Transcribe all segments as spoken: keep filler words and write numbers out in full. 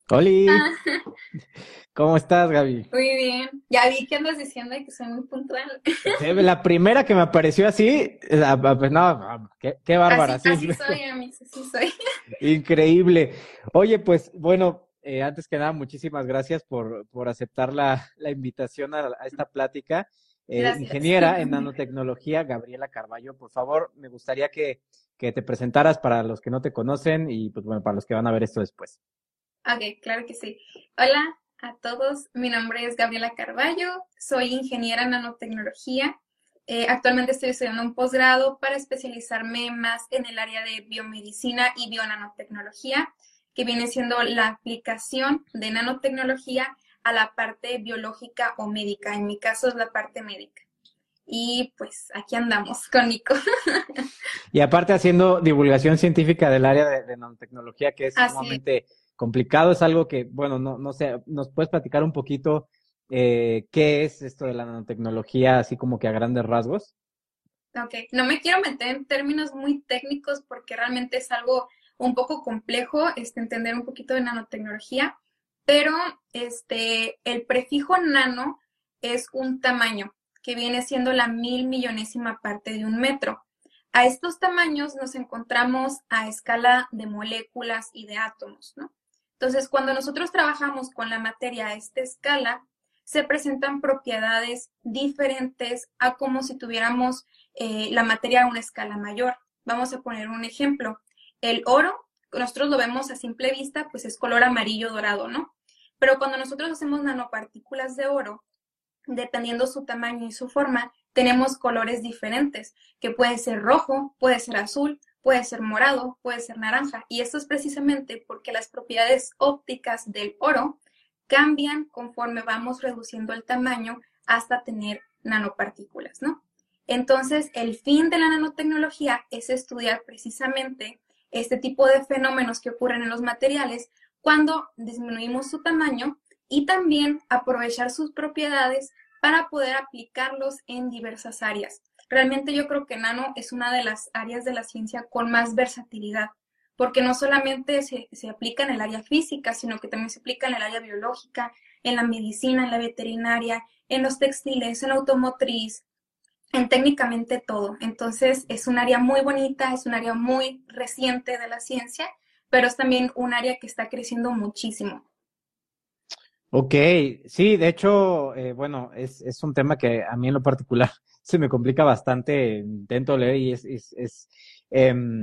Oli, Ah, ¿cómo estás, Gaby? muy bien. Ya vi que andas diciendo que soy muy puntual. Sí, la primera que me apareció así, eh, ah, ah, pues no, ah, qué, qué bárbara, Así, sí, así soy, Amis, así soy. increíble. Oye, pues bueno, eh, antes que nada, muchísimas gracias por, por aceptar la, la invitación a, a esta plática. Eh, Gracias. ingeniera en nanotecnología, Gabriela Carballo, por favor, me gustaría que, que te presentaras para los que no te conocen y pues bueno, para los que van a ver esto después. Ok, claro que sí. Hola a todos, mi nombre es Gabriela Carballo, soy ingeniera en nanotecnología. Eh, actualmente estoy estudiando un posgrado para especializarme más en el área de biomedicina y bionanotecnología, que viene siendo la aplicación de nanotecnología a la parte biológica o médica. En mi caso es la parte médica. Y pues aquí andamos con Nico. Y aparte haciendo divulgación científica del área de, de nanotecnología, que es Así es. sumamente complicado, es algo que, bueno, no, no sé, ¿nos puedes platicar un poquito eh, qué es esto de la nanotecnología, así como que a grandes rasgos? Ok, no me quiero meter en términos muy técnicos porque realmente es algo un poco complejo este, entender un poquito de nanotecnología, pero este, el prefijo nano es un tamaño que viene siendo la mil millonésima parte de un metro. A estos tamaños nos encontramos a escala de moléculas y de átomos, ¿no? Entonces, cuando nosotros trabajamos con la materia a esta escala, se presentan propiedades diferentes a como si tuviéramos eh, la materia a una escala mayor. Vamos a poner un ejemplo. El oro, nosotros lo vemos a simple vista, pues es color amarillo dorado, ¿no? Pero cuando nosotros hacemos nanopartículas de oro, dependiendo su tamaño y su forma, tenemos colores diferentes, que puede ser rojo, puede ser azul, puede ser morado, puede ser naranja. Y esto es precisamente porque las propiedades ópticas del oro cambian conforme vamos reduciendo el tamaño hasta tener nanopartículas, ¿no? Entonces, el fin de la nanotecnología es estudiar precisamente este tipo de fenómenos que ocurren en los materiales cuando disminuimos su tamaño y también aprovechar sus propiedades para poder aplicarlos en diversas áreas. Realmente yo creo que nano es una de las áreas de la ciencia con más versatilidad, porque no solamente se, se aplica en el área física, sino que también se aplica en el área biológica, en la medicina, en la veterinaria, en los textiles, en la automotriz, en técnicamente todo. Entonces es un área muy bonita, es un área muy reciente de la ciencia, pero es también un área que está creciendo muchísimo. Ok, sí, de hecho, eh, bueno, es, es un tema que a mí en lo particular se me complica bastante, intento leer y es, es, es em,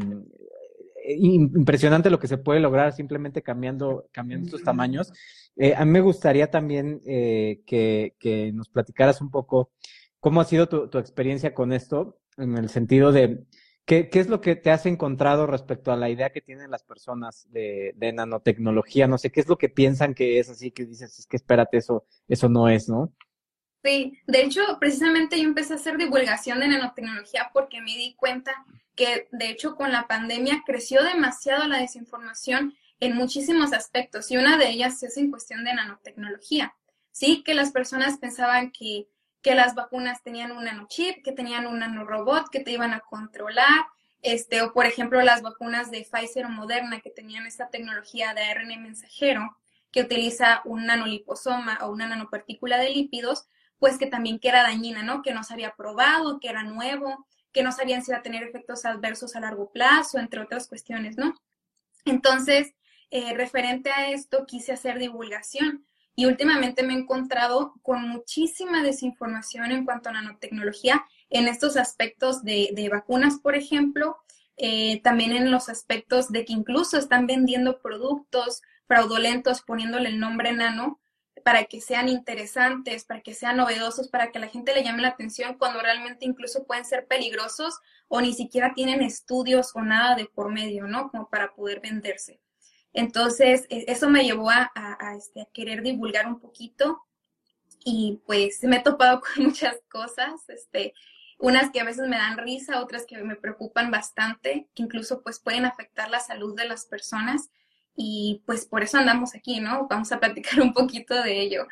im- impresionante lo que se puede lograr simplemente cambiando, cambiando estos tamaños. Eh, a mí me gustaría también eh, que, que nos platicaras un poco cómo ha sido tu, tu experiencia con esto, en el sentido de qué, qué es lo que te has encontrado respecto a la idea que tienen las personas de, de nanotecnología. No sé, qué es lo que piensan que es, así que dices, es que espérate, eso, eso no es, ¿no? Sí, de hecho, precisamente yo empecé a hacer divulgación de nanotecnología porque me di cuenta que, de hecho, con la pandemia creció demasiado la desinformación en muchísimos aspectos y una de ellas es en cuestión de nanotecnología. Sí, que las personas pensaban que, que las vacunas tenían un nanochip, que tenían un nanorobot, que te iban a controlar, este, o por ejemplo las vacunas de Pfizer o Moderna que tenían esta tecnología de A R N mensajero que utiliza un nanoliposoma o una nanopartícula de lípidos pues que también que era dañina, ¿no? Que no se había probado, que era nuevo, que no sabían si iba a tener efectos adversos a largo plazo, entre otras cuestiones, ¿no? Entonces, eh, referente a esto, quise hacer divulgación y últimamente me he encontrado con muchísima desinformación en cuanto a nanotecnología en estos aspectos de, de vacunas, por ejemplo, eh, también en los aspectos de que incluso están vendiendo productos fraudulentos poniéndole el nombre nano para que sean interesantes, para que sean novedosos, para que la gente le llame la atención cuando realmente incluso pueden ser peligrosos o ni siquiera tienen estudios o nada de por medio, ¿no? Como para poder venderse. Entonces, e, eso me llevó a, a, a, este, a querer divulgar un poquito y pues me he topado con muchas cosas, este, unas que a veces me dan risa, otras que me preocupan bastante, que incluso pues pueden afectar la salud de las personas y pues por eso andamos aquí, ¿no? Vamos a platicar un poquito de ello.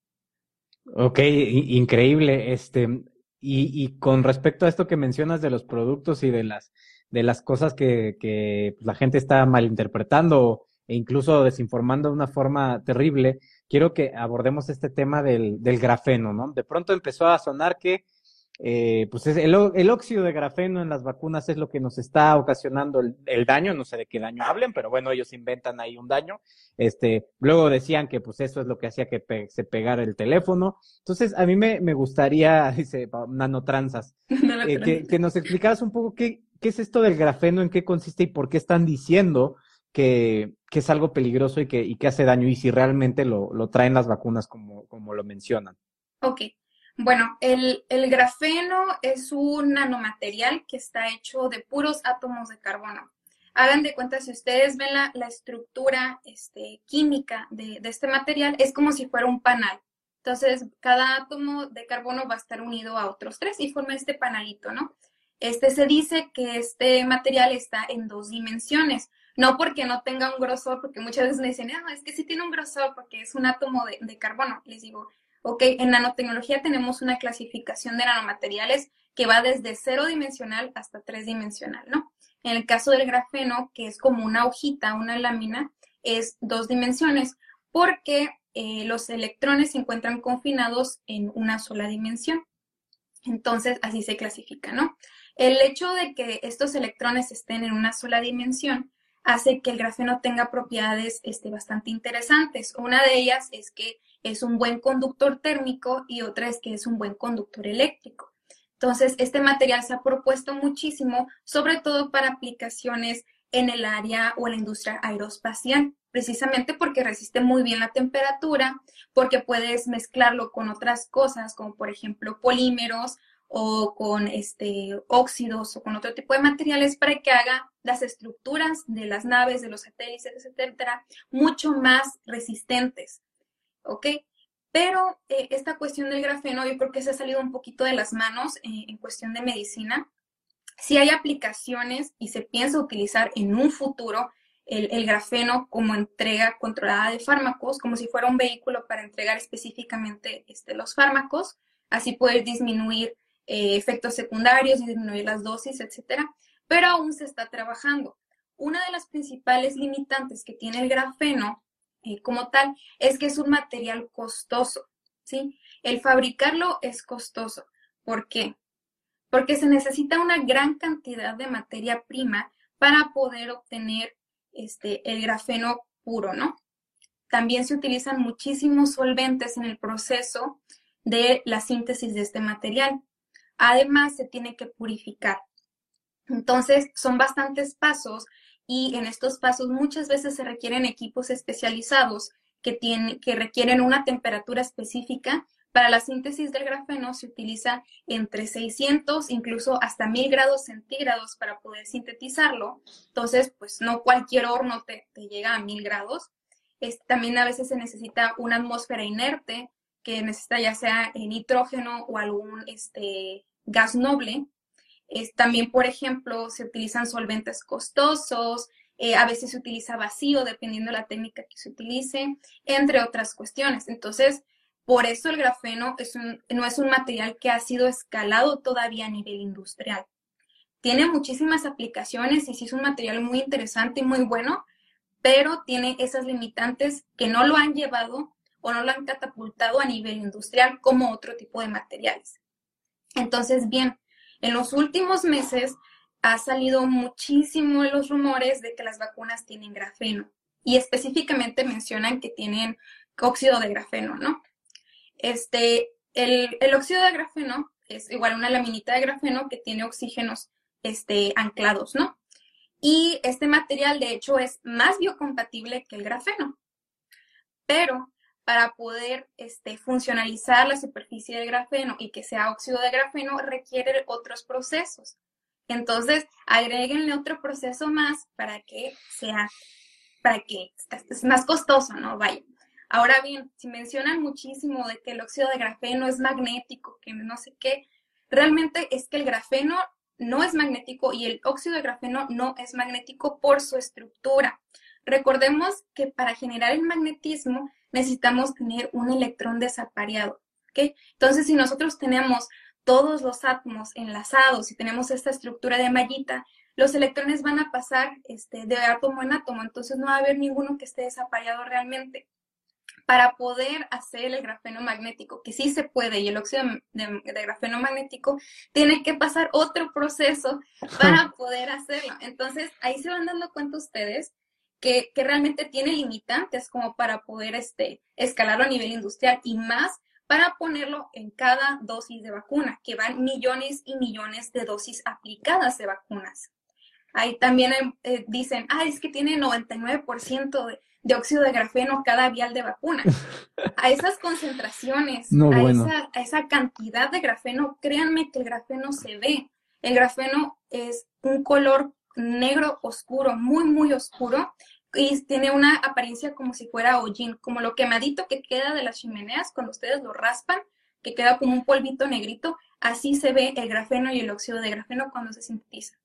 Ok, i- increíble. Este, y, y con respecto a esto que mencionas de los productos y de las, de las cosas que, que pues, la gente está malinterpretando e incluso desinformando de una forma terrible, quiero que abordemos este tema del, del grafeno, ¿no? De pronto empezó a sonar que eh, pues es el, el, óxido de grafeno en las vacunas es lo que nos está ocasionando el, el, daño, no sé de qué daño hablen, pero bueno, ellos inventan ahí un daño. Este, luego decían que pues eso es lo que hacía que pe se pegara el teléfono. Entonces, a mí me, me gustaría, dice, nanotranzas, eh, que, que nos explicaras un poco qué, qué es esto del grafeno, en qué consiste y por qué están diciendo que, que es algo peligroso y que, y que hace daño, y si realmente lo, lo traen las vacunas como, como lo mencionan. Ok. Bueno, el, el grafeno es un nanomaterial que está hecho de puros átomos de carbono. Hagan de cuenta, si ustedes ven la, la estructura este, química de, de este material, es como si fuera un panal. Entonces, cada átomo de carbono va a estar unido a otros tres y forma este panalito, ¿no? Este se dice que este material está en dos dimensiones, no porque no tenga un grosor, porque muchas veces me dicen, no, es que sí tiene un grosor porque es un átomo de, de carbono. Les digo, ok, en nanotecnología tenemos una clasificación de nanomateriales que va desde cero dimensional hasta tres dimensional, ¿no? En el caso del grafeno, que es como una hojita, una lámina, es dos dimensiones, porque eh, los electrones se encuentran confinados en una sola dimensión. Entonces, así se clasifica, ¿no? El hecho de que estos electrones estén en una sola dimensión hace que el grafeno tenga propiedades este, bastante interesantes. Una de ellas es que es un buen conductor térmico y otra es que es un buen conductor eléctrico. Entonces, este material se ha propuesto muchísimo, sobre todo para aplicaciones en el área o en la industria aeroespacial, precisamente porque resiste muy bien la temperatura, porque puedes mezclarlo con otras cosas, como por ejemplo polímeros o con este, óxidos o con otro tipo de materiales para que haga las estructuras de las naves, de los satélites, etcétera, mucho más resistentes, ¿ok? Pero eh, esta cuestión del grafeno yo creo que se ha salido un poquito de las manos eh, en cuestión de medicina. Sí hay aplicaciones y se piensa utilizar en un futuro el, el grafeno como entrega controlada de fármacos, como si fuera un vehículo para entregar específicamente este, los fármacos, así poder disminuir eh, efectos secundarios, disminuir las dosis, etcétera. Pero aún se está trabajando. Una de las principales limitantes que tiene el grafeno eh, como tal es que es un material costoso, ¿sí? El fabricarlo es costoso. ¿Por qué? Porque se necesita una gran cantidad de materia prima para poder obtener este, el grafeno puro, ¿no? También se utilizan muchísimos solventes en el proceso de la síntesis de este material. Además, se tiene que purificar. Entonces, son bastantes pasos y en estos pasos muchas veces se requieren equipos especializados que, tienen, que requieren una temperatura específica. Para la síntesis del grafeno se utiliza entre seiscientos, incluso hasta mil grados centígrados para poder sintetizarlo. Entonces, pues no cualquier horno te, te llega a mil grados. Es, también a veces se necesita una atmósfera inerte que necesita ya sea nitrógeno o algún este, gas noble. Es, también, por ejemplo, se utilizan solventes costosos, eh, a veces se utiliza vacío dependiendo de la técnica que se utilice, entre otras cuestiones. Entonces, por eso el grafeno es un, no es un material que ha sido escalado todavía a nivel industrial. Tiene muchísimas aplicaciones y sí es un material muy interesante y muy bueno, pero tiene esas limitantes que no lo han llevado o no lo han catapultado a nivel industrial como otro tipo de materiales. Entonces, bien, en los últimos meses ha salido muchísimo los rumores de que las vacunas tienen grafeno y específicamente mencionan que tienen óxido de grafeno, ¿no? Este, el, el óxido de grafeno es igual a una laminita de grafeno que tiene oxígenos este, anclados, ¿no? Y este material, de hecho, es más biocompatible que el grafeno. Pero para poder este, funcionalizar la superficie del grafeno y que sea óxido de grafeno requiere otros procesos. Entonces, agréguenle otro proceso más para que sea, para que es más costoso, ¿no? Vaya. Ahora bien, si mencionan muchísimo de que el óxido de grafeno es magnético, que no sé qué, realmente es que el grafeno no es magnético y el óxido de grafeno no es magnético por su estructura. Recordemos que para generar el magnetismo necesitamos tener un electrón desapareado, ¿ok? Entonces, si nosotros tenemos todos los átomos enlazados y tenemos esta estructura de mallita, los electrones van a pasar este, de átomo en átomo, entonces no va a haber ninguno que esté desapareado realmente. Para poder hacer el grafeno magnético, que sí se puede, y el óxido de, de grafeno magnético, tiene que pasar otro proceso para poder hacerlo. Entonces, ahí se van dando cuenta ustedes que, que realmente tiene limitantes como para poder este, escalarlo a nivel industrial y más para ponerlo en cada dosis de vacuna, que van millones y millones de dosis aplicadas de vacunas. Ahí también eh, dicen, ah, es que tiene noventa y nueve por ciento de, de óxido de grafeno cada vial de vacuna. A esas concentraciones, No, a, bueno. esa, a esa cantidad de grafeno, créanme que el grafeno se ve. El grafeno es un color negro oscuro, muy, muy oscuro, y tiene una apariencia como si fuera hollín, como lo quemadito que queda de las chimeneas cuando ustedes lo raspan, que queda como un polvito negrito, así se ve el grafeno y el óxido de grafeno cuando se sintetiza.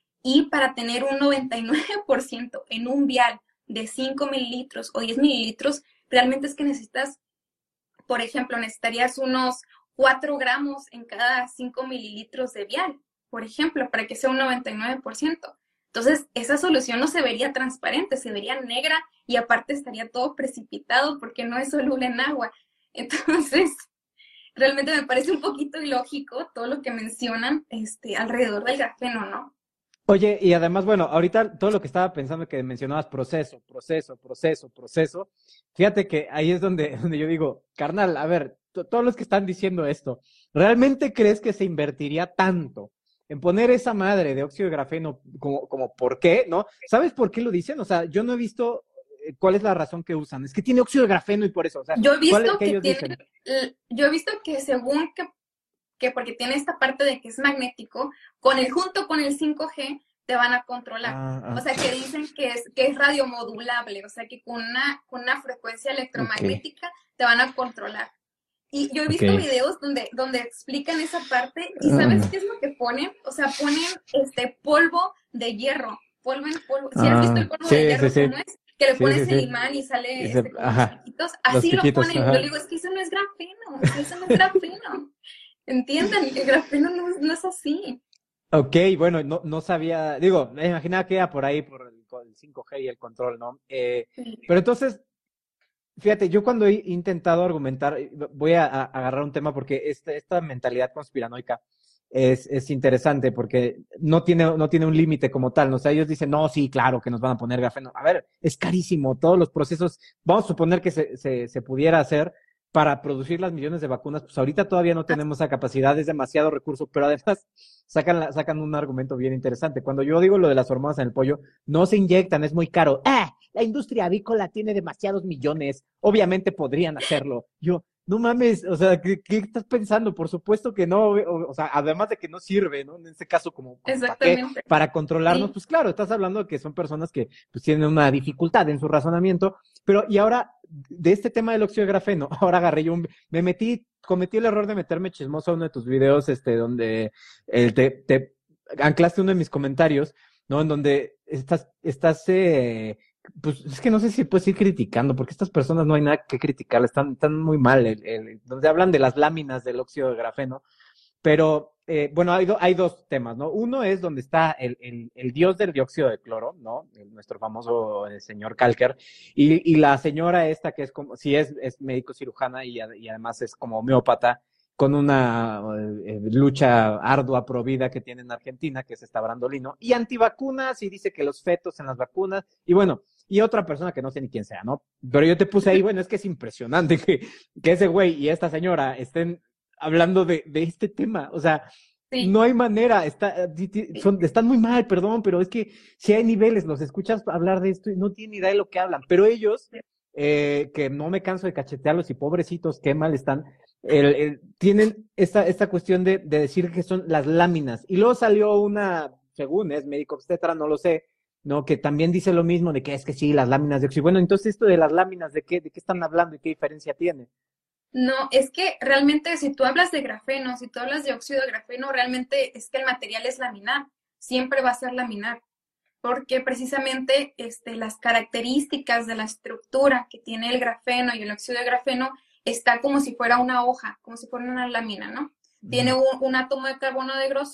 Y para tener un noventa y nueve por ciento en un vial de cinco mililitros o diez mililitros, realmente es que necesitas, por ejemplo, necesitarías unos cuatro gramos en cada cinco mililitros de vial, por ejemplo, para que sea un noventa y nueve por ciento. Entonces, esa solución no se vería transparente, se vería negra y aparte estaría todo precipitado porque no es soluble en agua. Entonces, realmente me parece un poquito ilógico todo lo que mencionan este, alrededor del grafeno, ¿no? Oye, y además, bueno, ahorita todo lo que estaba pensando que mencionabas proceso, proceso, proceso, proceso, fíjate que ahí es donde, donde yo digo, carnal, a ver, todos los que están diciendo esto, ¿realmente crees que se invertiría tanto en poner esa madre de óxido de grafeno como, como por qué, ¿no? ¿Sabes por qué lo dicen? O sea, yo no he visto eh, cuál es la razón que usan. Es que tiene óxido de grafeno y por eso, o sea, Yo he ¿cuál es visto que que ellos tiene, dicen? yo he visto que según que, que porque tiene esta parte de que es magnético, con el junto con el cinco G te van a controlar. Ah, O ah, sea, que dicen que es, que es radiomodulable, o sea, que con una, con una frecuencia ok, electromagnética te van a controlar. Y yo he ok. visto videos donde, donde explican esa parte y ¿sabes Ah, qué es lo que ponen? O sea, ponen este polvo de hierro, polvo en polvo. Si has visto el ah, polvo de sí, sí, hierro, sí, ¿cómo es? Que le sí, sí, pones el sí. imán y Y sale se- este, como los ajá, piquitos. los Así lo piquitos, ponen. Yo le ajá. digo, es que eso no es grafeno, o sea, eso no es grafeno. ¿Entienden? El grafeno no, no es así. Ok, bueno, no, no sabía, digo, me imaginaba que era por ahí, por el, con el cinco G y el control, ¿no? Eh, Sí. pero entonces, fíjate, yo cuando he intentado argumentar, eh, voy a, a agarrar un tema porque esta, esta mentalidad conspiranoica es, es interesante porque no tiene, no tiene un límite como tal, ¿no? O sea, ellos dicen, no, sí, claro que nos van a poner grafeno. A ver, es carísimo, todos los procesos, vamos a suponer que se, se, se pudiera hacer para producir las millones de vacunas, pues ahorita todavía no tenemos esa capacidad, es demasiado recurso, pero además sacan, la, sacan un argumento bien interesante. Cuando yo digo lo de las hormonas en el pollo, no se inyectan, es muy caro. ¡Ah! La industria avícola tiene demasiados millones, obviamente podrían hacerlo. Yo, no mames, o sea, ¿qué, qué estás pensando? Por supuesto que no, o, o sea, además de que no sirve, ¿no? En este caso, como, como ¿para qué? Exactamente. Para controlarnos, Sí. pues claro, estás hablando de que son personas que pues tienen una dificultad en su razonamiento, pero y ahora, de este tema del óxido de grafeno, ahora agarré yo un, me metí, cometí el error de meterme chismoso a uno de tus videos, este, donde eh, te, te anclaste uno de mis comentarios, ¿no? En donde estás, estás, eh, pues es que no sé si puedes ir criticando, porque estas personas no hay nada que criticar, están, están muy mal, el, el, donde hablan de las láminas del óxido de grafeno, pero eh, bueno, hay, do, hay, dos temas, ¿no? Uno es donde está el, el, el dios del dióxido de cloro, ¿no? El, nuestro famoso eh, señor Kalker, y, y, la señora esta que es como, sí es, es médico cirujana y, y además es como homeópata, con una eh, lucha ardua pro vida que tiene en Argentina, que es esta Brandolino, y antivacunas, y dice que los fetos en las vacunas, y bueno, y otra persona que no sé ni quién sea, ¿no? Pero yo te puse ahí, bueno, es que es impresionante que, que ese güey y esta señora estén hablando de, de este tema, o sea, Sí. no hay manera, está, son, están muy mal, perdón, pero es que si hay niveles, los escuchas hablar de esto y no tienen idea de lo que hablan, pero ellos, eh, que no me canso de cachetearlos y pobrecitos, qué mal están, el, el, tienen esta, esta cuestión de, de decir que son las láminas. Y luego salió una, según es médico obstetra, no lo sé, ¿no? Que también dice lo mismo de que es que sí, las láminas de óxido. Bueno, entonces esto de las láminas, ¿de qué, de qué están hablando y qué diferencia tiene? No, es que realmente si tú hablas de grafeno, si tú hablas de óxido de grafeno, realmente es que el material es laminar, siempre va a ser laminar, porque precisamente este, las características de la estructura que tiene el grafeno y el óxido de grafeno está como si fuera una hoja, como si fuera una lámina, ¿no? Tiene un, un átomo de carbono de grosor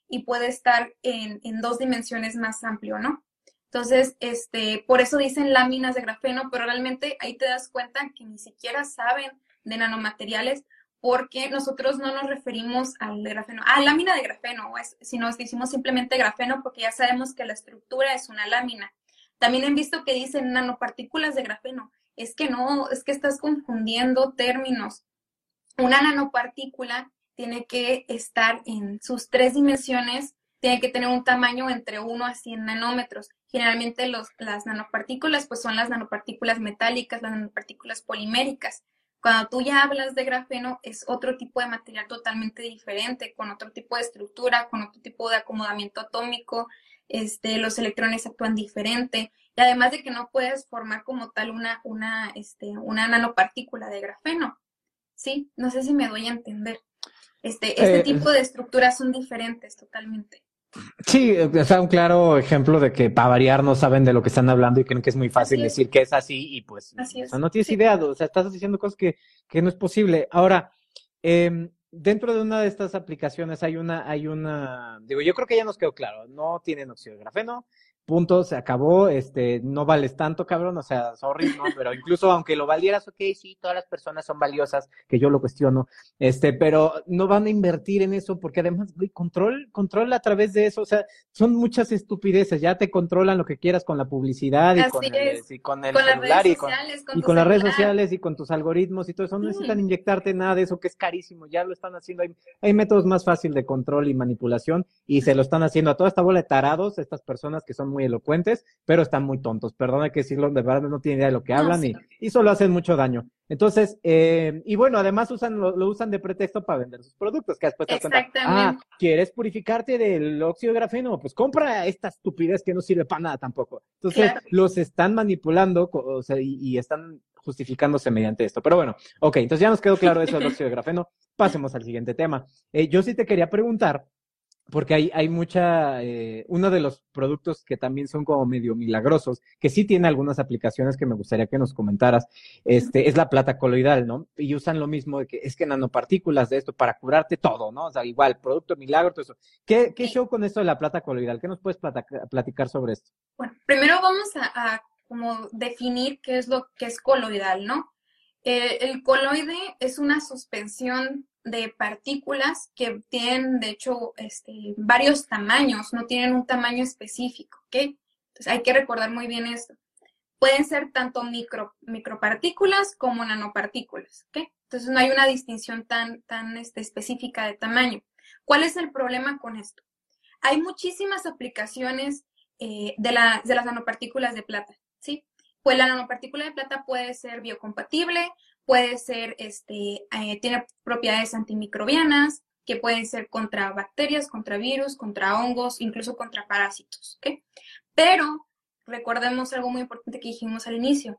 y puede estar en, en dos dimensiones más amplio, ¿no? Entonces, este, por eso dicen láminas de grafeno, pero realmente ahí te das cuenta que ni siquiera saben de nanomateriales, porque nosotros no nos referimos al grafeno, ah, lámina de grafeno, sino decimos simplemente grafeno porque ya sabemos que la estructura es una lámina. También he visto que dicen nanopartículas de grafeno. Es que no, es que estás confundiendo términos. Una nanopartícula tiene que estar en sus tres dimensiones, tiene que tener un tamaño entre uno a cien nanómetros. Generalmente los, las nanopartículas pues son las nanopartículas metálicas, las nanopartículas poliméricas. Cuando tú ya hablas de grafeno, es otro tipo de material totalmente diferente, con otro tipo de estructura, con otro tipo de acomodamiento atómico, este, los electrones actúan diferente, y además de que no puedes formar como tal una, una, este, una nanopartícula de grafeno, ¿sí? No sé si me doy a entender. Este, este Eh, tipo de estructuras son diferentes totalmente. sí, o sea, un claro ejemplo de que para variar no saben de lo que están hablando y creen que es muy fácil Así es, decir que es así y pues, así o sea, es, no tienes sí. idea, o sea, estás diciendo cosas que, que no es posible. Ahora, eh, dentro de una de estas aplicaciones hay una, hay una, digo, yo creo que ya nos quedó claro, no tienen óxido de grafeno, punto, se acabó, este, no vales tanto, cabrón, o sea, sorry, no, pero incluso aunque lo valieras, ok, sí, todas las personas son valiosas, que yo lo cuestiono, este, pero no van a invertir en eso porque además, güey, control, control a través de eso, o sea, son muchas estupideces, ya te controlan lo que quieras con la publicidad y Así con el, es. y con el Con las redes celular y con, sociales, con y tu con las redes celular. sociales y con tus algoritmos y todo eso, no necesitan Sí, inyectarte nada de eso que es carísimo, ya lo están haciendo, hay, hay métodos más fáciles de control y manipulación y se lo están haciendo a toda esta bola de tarados, estas personas que son muy elocuentes, pero están muy tontos, perdona que decirlo, de verdad no tienen idea de lo que no, hablan sí, y, y solo hacen mucho daño. Entonces, eh, y bueno, además usan, lo, lo, usan de pretexto para vender sus productos, que después te das cuenta, ah, exactamente. ¿quieres purificarte del óxido de grafeno? Pues compra esta estupidez que no sirve para nada tampoco. Entonces, Claro. los están manipulando, o sea, y, y están justificándose mediante esto. Pero bueno, ok, entonces ya nos quedó claro eso del óxido de grafeno. Pasemos al siguiente tema. Eh, yo sí te quería preguntar, porque hay, hay mucha, eh, uno de los productos que también son como medio milagrosos, que sí tiene algunas aplicaciones que me gustaría que nos comentaras, este, es la plata coloidal, ¿no? Y usan lo mismo de que es que nanopartículas de esto para curarte todo, ¿no? O sea, igual, producto milagro, todo eso. ¿Qué, qué Sí. show con esto de la plata coloidal? ¿Qué nos puedes platicar, platicar sobre esto? Bueno, primero vamos a, a como definir qué es lo que es coloidal, ¿no? Eh, el coloide es una suspensión de partículas que tienen, de hecho, este, varios tamaños, no tienen un tamaño específico, ¿ok? Entonces hay que recordar muy bien esto. Pueden ser tanto micro, micropartículas como nanopartículas, ¿ok? Entonces no hay una distinción tan, tan este, específica de tamaño. ¿Cuál es el problema con esto? Hay muchísimas aplicaciones eh, de, la, de las nanopartículas de plata, ¿sí? Pues la nanopartícula de plata puede ser biocompatible, puede ser, este, eh, tiene propiedades antimicrobianas, que pueden ser contra bacterias, contra virus, contra hongos, incluso contra parásitos, ¿ok? Pero recordemos algo muy importante que dijimos al inicio.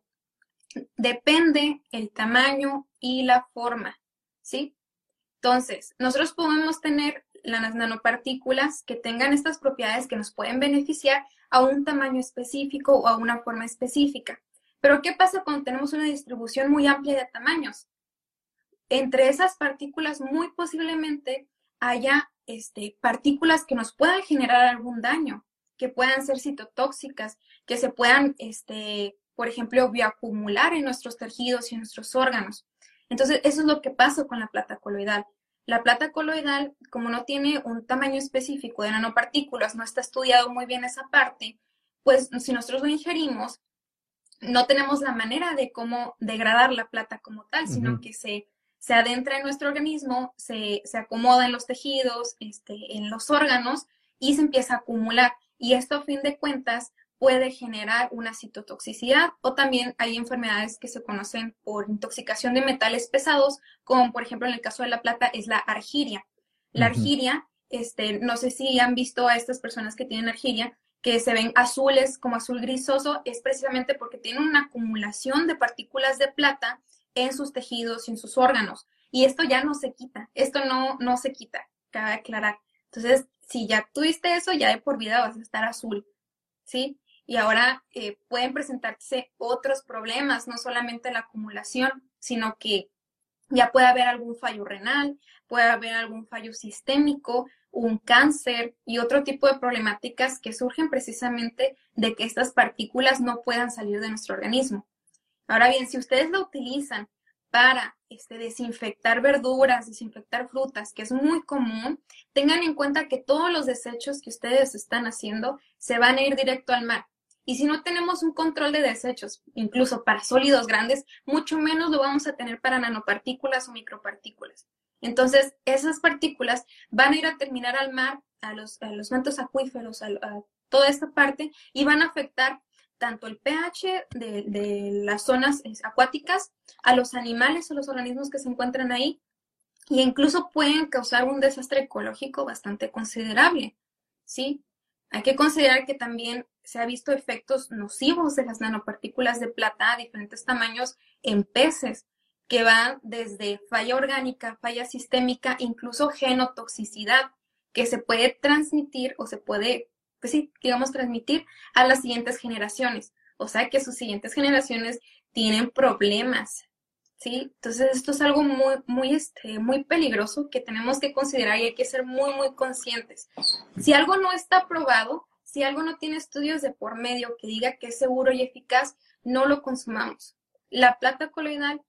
Depende el tamaño y la forma, ¿sí? Entonces, nosotros podemos tener las nanopartículas que tengan estas propiedades que nos pueden beneficiar a un tamaño específico o a una forma específica. Pero, ¿qué pasa cuando tenemos una distribución muy amplia de tamaños? Entre esas partículas, muy posiblemente haya este, partículas que nos puedan generar algún daño, que puedan ser citotóxicas, que se puedan, este, por ejemplo, bioacumular en nuestros tejidos y en nuestros órganos. Entonces, eso es lo que pasa con la plata coloidal. La plata coloidal, como no tiene un tamaño específico de nanopartículas, no está estudiado muy bien esa parte, pues si nosotros lo ingerimos, no tenemos la manera de cómo degradar la plata como tal, Uh sino -huh. que se, se adentra en nuestro organismo, se, se acomoda en los tejidos, este, en los órganos y se empieza a acumular. Y esto, a fin de cuentas, puede generar una citotoxicidad o también hay enfermedades que se conocen por intoxicación de metales pesados, como por ejemplo en el caso de la plata es la argiria. La Uh -huh. argiria, este, no sé si han visto a estas personas que tienen argiria, que se ven azules como azul grisoso, es precisamente porque tienen una acumulación de partículas de plata en sus tejidos y en sus órganos. Y esto ya no se quita, esto no, no se quita, cabe aclarar. Entonces, si ya tuviste eso, ya de por vida vas a estar azul, ¿sí? Y ahora eh, pueden presentarse otros problemas, no solamente la acumulación, sino que ya puede haber algún fallo renal, puede haber algún fallo sistémico un cáncer y otro tipo de problemáticas que surgen precisamente de que estas partículas no puedan salir de nuestro organismo. Ahora bien, si ustedes lo utilizan para este, desinfectar verduras, desinfectar frutas, que es muy común, tengan en cuenta que todos los desechos que ustedes están haciendo se van a ir directo al mar. Y si no tenemos un control de desechos, incluso para sólidos grandes, mucho menos lo vamos a tener para nanopartículas o micropartículas. Entonces, esas partículas van a ir a terminar al mar, a los, a los mantos acuíferos, a, a toda esta parte, y van a afectar tanto el pH de, de las zonas acuáticas, a los animales o los organismos que se encuentran ahí, y incluso pueden causar un desastre ecológico bastante considerable, ¿sí? Hay que considerar que también se ha visto efectos nocivos de las nanopartículas de plata a diferentes tamaños en peces, que van desde falla orgánica, falla sistémica, incluso genotoxicidad, que se puede transmitir o se puede, pues sí, digamos, transmitir a las siguientes generaciones. O sea que sus siguientes generaciones tienen problemas, ¿sí? Entonces esto es algo muy, muy, este, muy peligroso que tenemos que considerar y hay que ser muy, muy conscientes. Si algo no está probado, si algo no tiene estudios de por medio que diga que es seguro y eficaz, no lo consumamos. La plata coloidal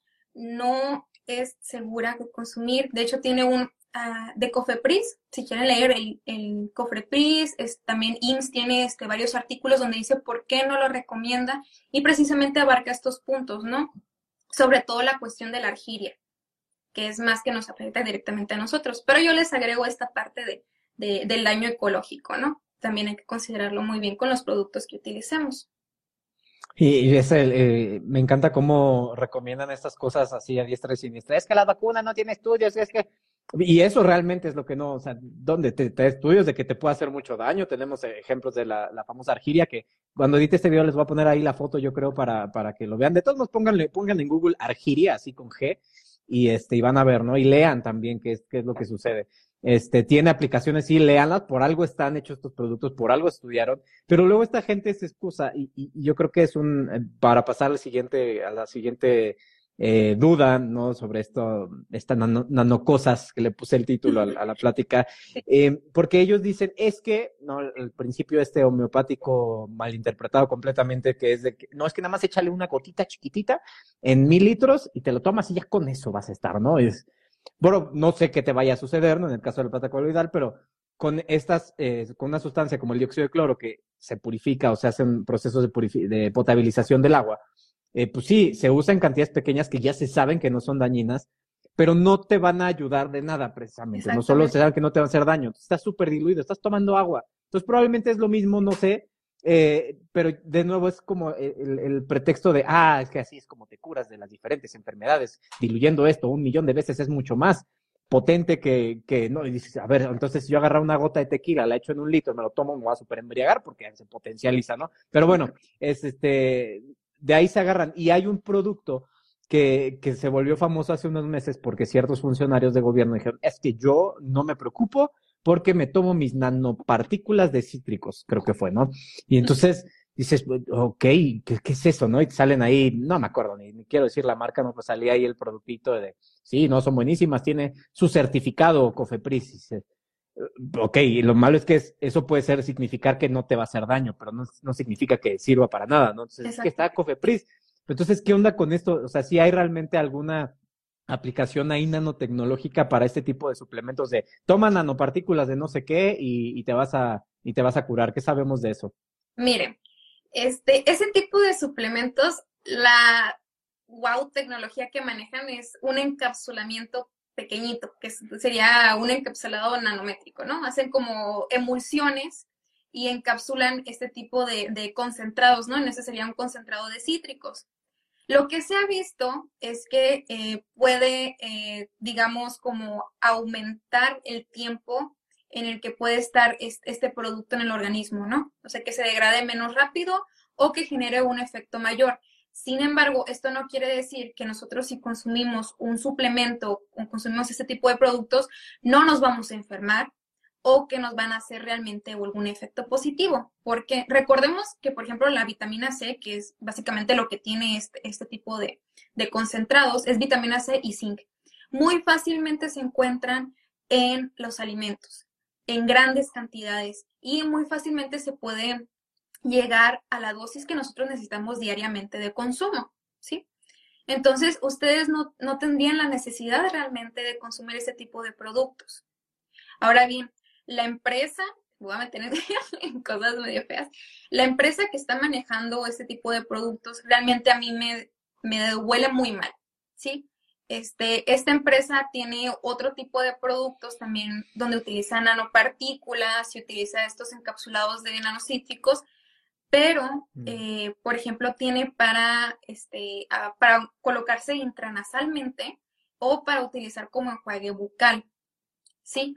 no es segura de consumir. De hecho, tiene un uh, de Cofepris. Si quieren leer el, el Cofepris, es, también I M S S tiene este, varios artículos donde dice por qué no lo recomienda y precisamente abarca estos puntos, ¿no? Sobre todo la cuestión de la argiria, que es más que nos afecta directamente a nosotros. Pero yo les agrego esta parte de, de, del daño ecológico, ¿no? También hay que considerarlo muy bien con los productos que utilicemos. Y, y es el, eh, me encanta cómo recomiendan estas cosas así a diestra y siniestra. Es que la vacuna no tiene estudios, es que... Y eso realmente es lo que no, o sea, ¿dónde te, te estudios de que te puede hacer mucho daño? Tenemos ejemplos de la, la famosa argiria, que cuando edite este video les voy a poner ahí la foto, yo creo, para, para que lo vean. De todos modos, pónganle, pongan en Google argiria, así con G, y este, y van a ver, ¿no? Y lean también qué es, qué es lo que sucede. Este, tiene aplicaciones, sí, léanlas, por algo están hechos estos productos, por algo estudiaron, pero luego esta gente se excusa, y, y, y yo creo que es un, para pasar al siguiente, a la siguiente eh, duda, ¿no? Sobre esto, estas nano, nanocosas que le puse el título a, a la plática, eh, porque ellos dicen, es que, no, el principio este homeopático malinterpretado completamente, que es de que, no, es que nada más échale una gotita chiquitita en mil litros y te lo tomas y ya con eso vas a estar, ¿no? Es, bueno, no sé qué te vaya a suceder, ¿no? En el caso del plata coloidal, pero con estas, eh, con una sustancia como el dióxido de cloro que se purifica o se hacen procesos de, purifi- de potabilización del agua, eh, pues sí, se usa en cantidades pequeñas que ya se saben que no son dañinas, pero no te van a ayudar de nada precisamente. No solo se sabe que no te va a hacer daño, estás súper diluido, estás tomando agua. Entonces probablemente es lo mismo, no sé, eh, pero de nuevo es como el, el pretexto de, ah, es que así es como te curas de las diferentes enfermedades, diluyendo esto un millón de veces es mucho más potente que, que no, y dices, a ver, entonces si yo agarro una gota de tequila, la echo en un litro, me lo tomo, me voy a super embriagar porque se potencializa, ¿no? Pero bueno, es este, de ahí se agarran, y hay un producto que, que se volvió famoso hace unos meses porque ciertos funcionarios de gobierno dijeron, es que yo no me preocupo porque me tomo mis nanopartículas de cítricos, creo que fue, ¿no? Y entonces dices, ok, ¿qué, qué es eso, no? Y te salen ahí, no me acuerdo, ni, ni quiero decir la marca, no, pues salía ahí el productito de, sí, no, son buenísimas, tiene su certificado Cofepris, y dice, ok, y lo malo es que es, eso puede ser significar que no te va a hacer daño, pero no, no significa que sirva para nada, ¿no? Entonces, es que está Cofepris. Entonces, ¿qué onda con esto? O sea, ¿sí hay realmente alguna aplicación ahí nanotecnológica para este tipo de suplementos de toma nanopartículas de no sé qué y, y te vas a y te vas a curar? ¿Qué sabemos de eso? Miren, este, ese tipo de suplementos, la wow tecnología que manejan es un encapsulamiento pequeñito, que sería un encapsulado nanométrico, ¿no? Hacen como emulsiones y encapsulan este tipo de, de concentrados, ¿no? En ese sería un concentrado de cítricos. Lo que se ha visto es que eh, puede, eh, digamos, como aumentar el tiempo en el que puede estar este, este producto en el organismo, ¿no? O sea, que se degrade menos rápido o que genere un efecto mayor. Sin embargo, esto no quiere decir que nosotros si consumimos un suplemento o consumimos este tipo de productos, no nos vamos a enfermar o que nos van a hacer realmente algún efecto positivo. Porque recordemos que, por ejemplo, la vitamina C, que es básicamente lo que tiene este, este tipo de, de concentrados, es vitamina C y zinc. Muy fácilmente se encuentran en los alimentos. en grandes cantidades y muy fácilmente se puede llegar a la dosis que nosotros necesitamos diariamente de consumo, ¿sí? Entonces, ustedes no, no tendrían la necesidad realmente de consumir ese tipo de productos. Ahora bien, la empresa, voy a meter en cosas medio feas, la empresa que está manejando este tipo de productos realmente a mí me, me huele muy mal, ¿sí? Este, esta empresa tiene otro tipo de productos también donde utiliza nanopartículas y utiliza estos encapsulados de nanocítricos, pero, eh, por ejemplo, tiene para, este, uh, para colocarse intranasalmente o para utilizar como enjuague bucal, ¿sí?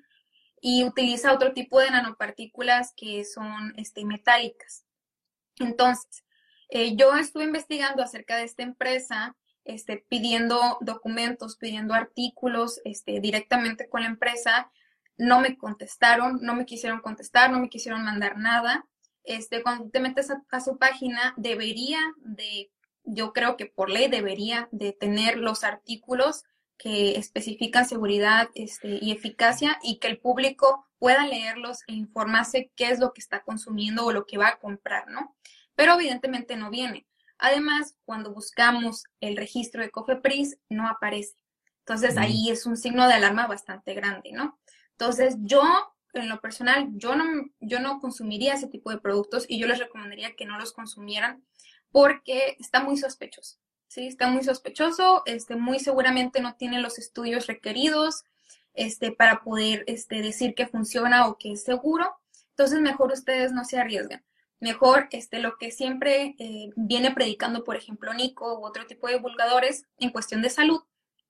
Y utiliza otro tipo de nanopartículas que son este, metálicas. Entonces, eh, yo estuve investigando acerca de esta empresa, este, pidiendo documentos, pidiendo artículos este, directamente con la empresa. No me contestaron, no me quisieron contestar, no me quisieron mandar nada. Este, cuando te metes a, a su página, debería de, yo creo que por ley debería de tener los artículos que especifican seguridad este, y eficacia y que el público pueda leerlos e informarse qué es lo que está consumiendo o lo que va a comprar, ¿no? Pero evidentemente no viene. Además, cuando buscamos el registro de COFEPRIS, no aparece. Entonces, ahí es un signo de alarma bastante grande, ¿no? Entonces, yo, en lo personal, yo no, yo no consumiría ese tipo de productos y yo les recomendaría que no los consumieran porque está muy sospechoso. Sí, está muy sospechoso, este, muy seguramente no tiene los estudios requeridos este, para poder este, decir que funciona o que es seguro. Entonces, mejor ustedes no se arriesguen. Mejor este, lo que siempre eh, viene predicando, por ejemplo, Nico u otro tipo de divulgadores en cuestión de salud,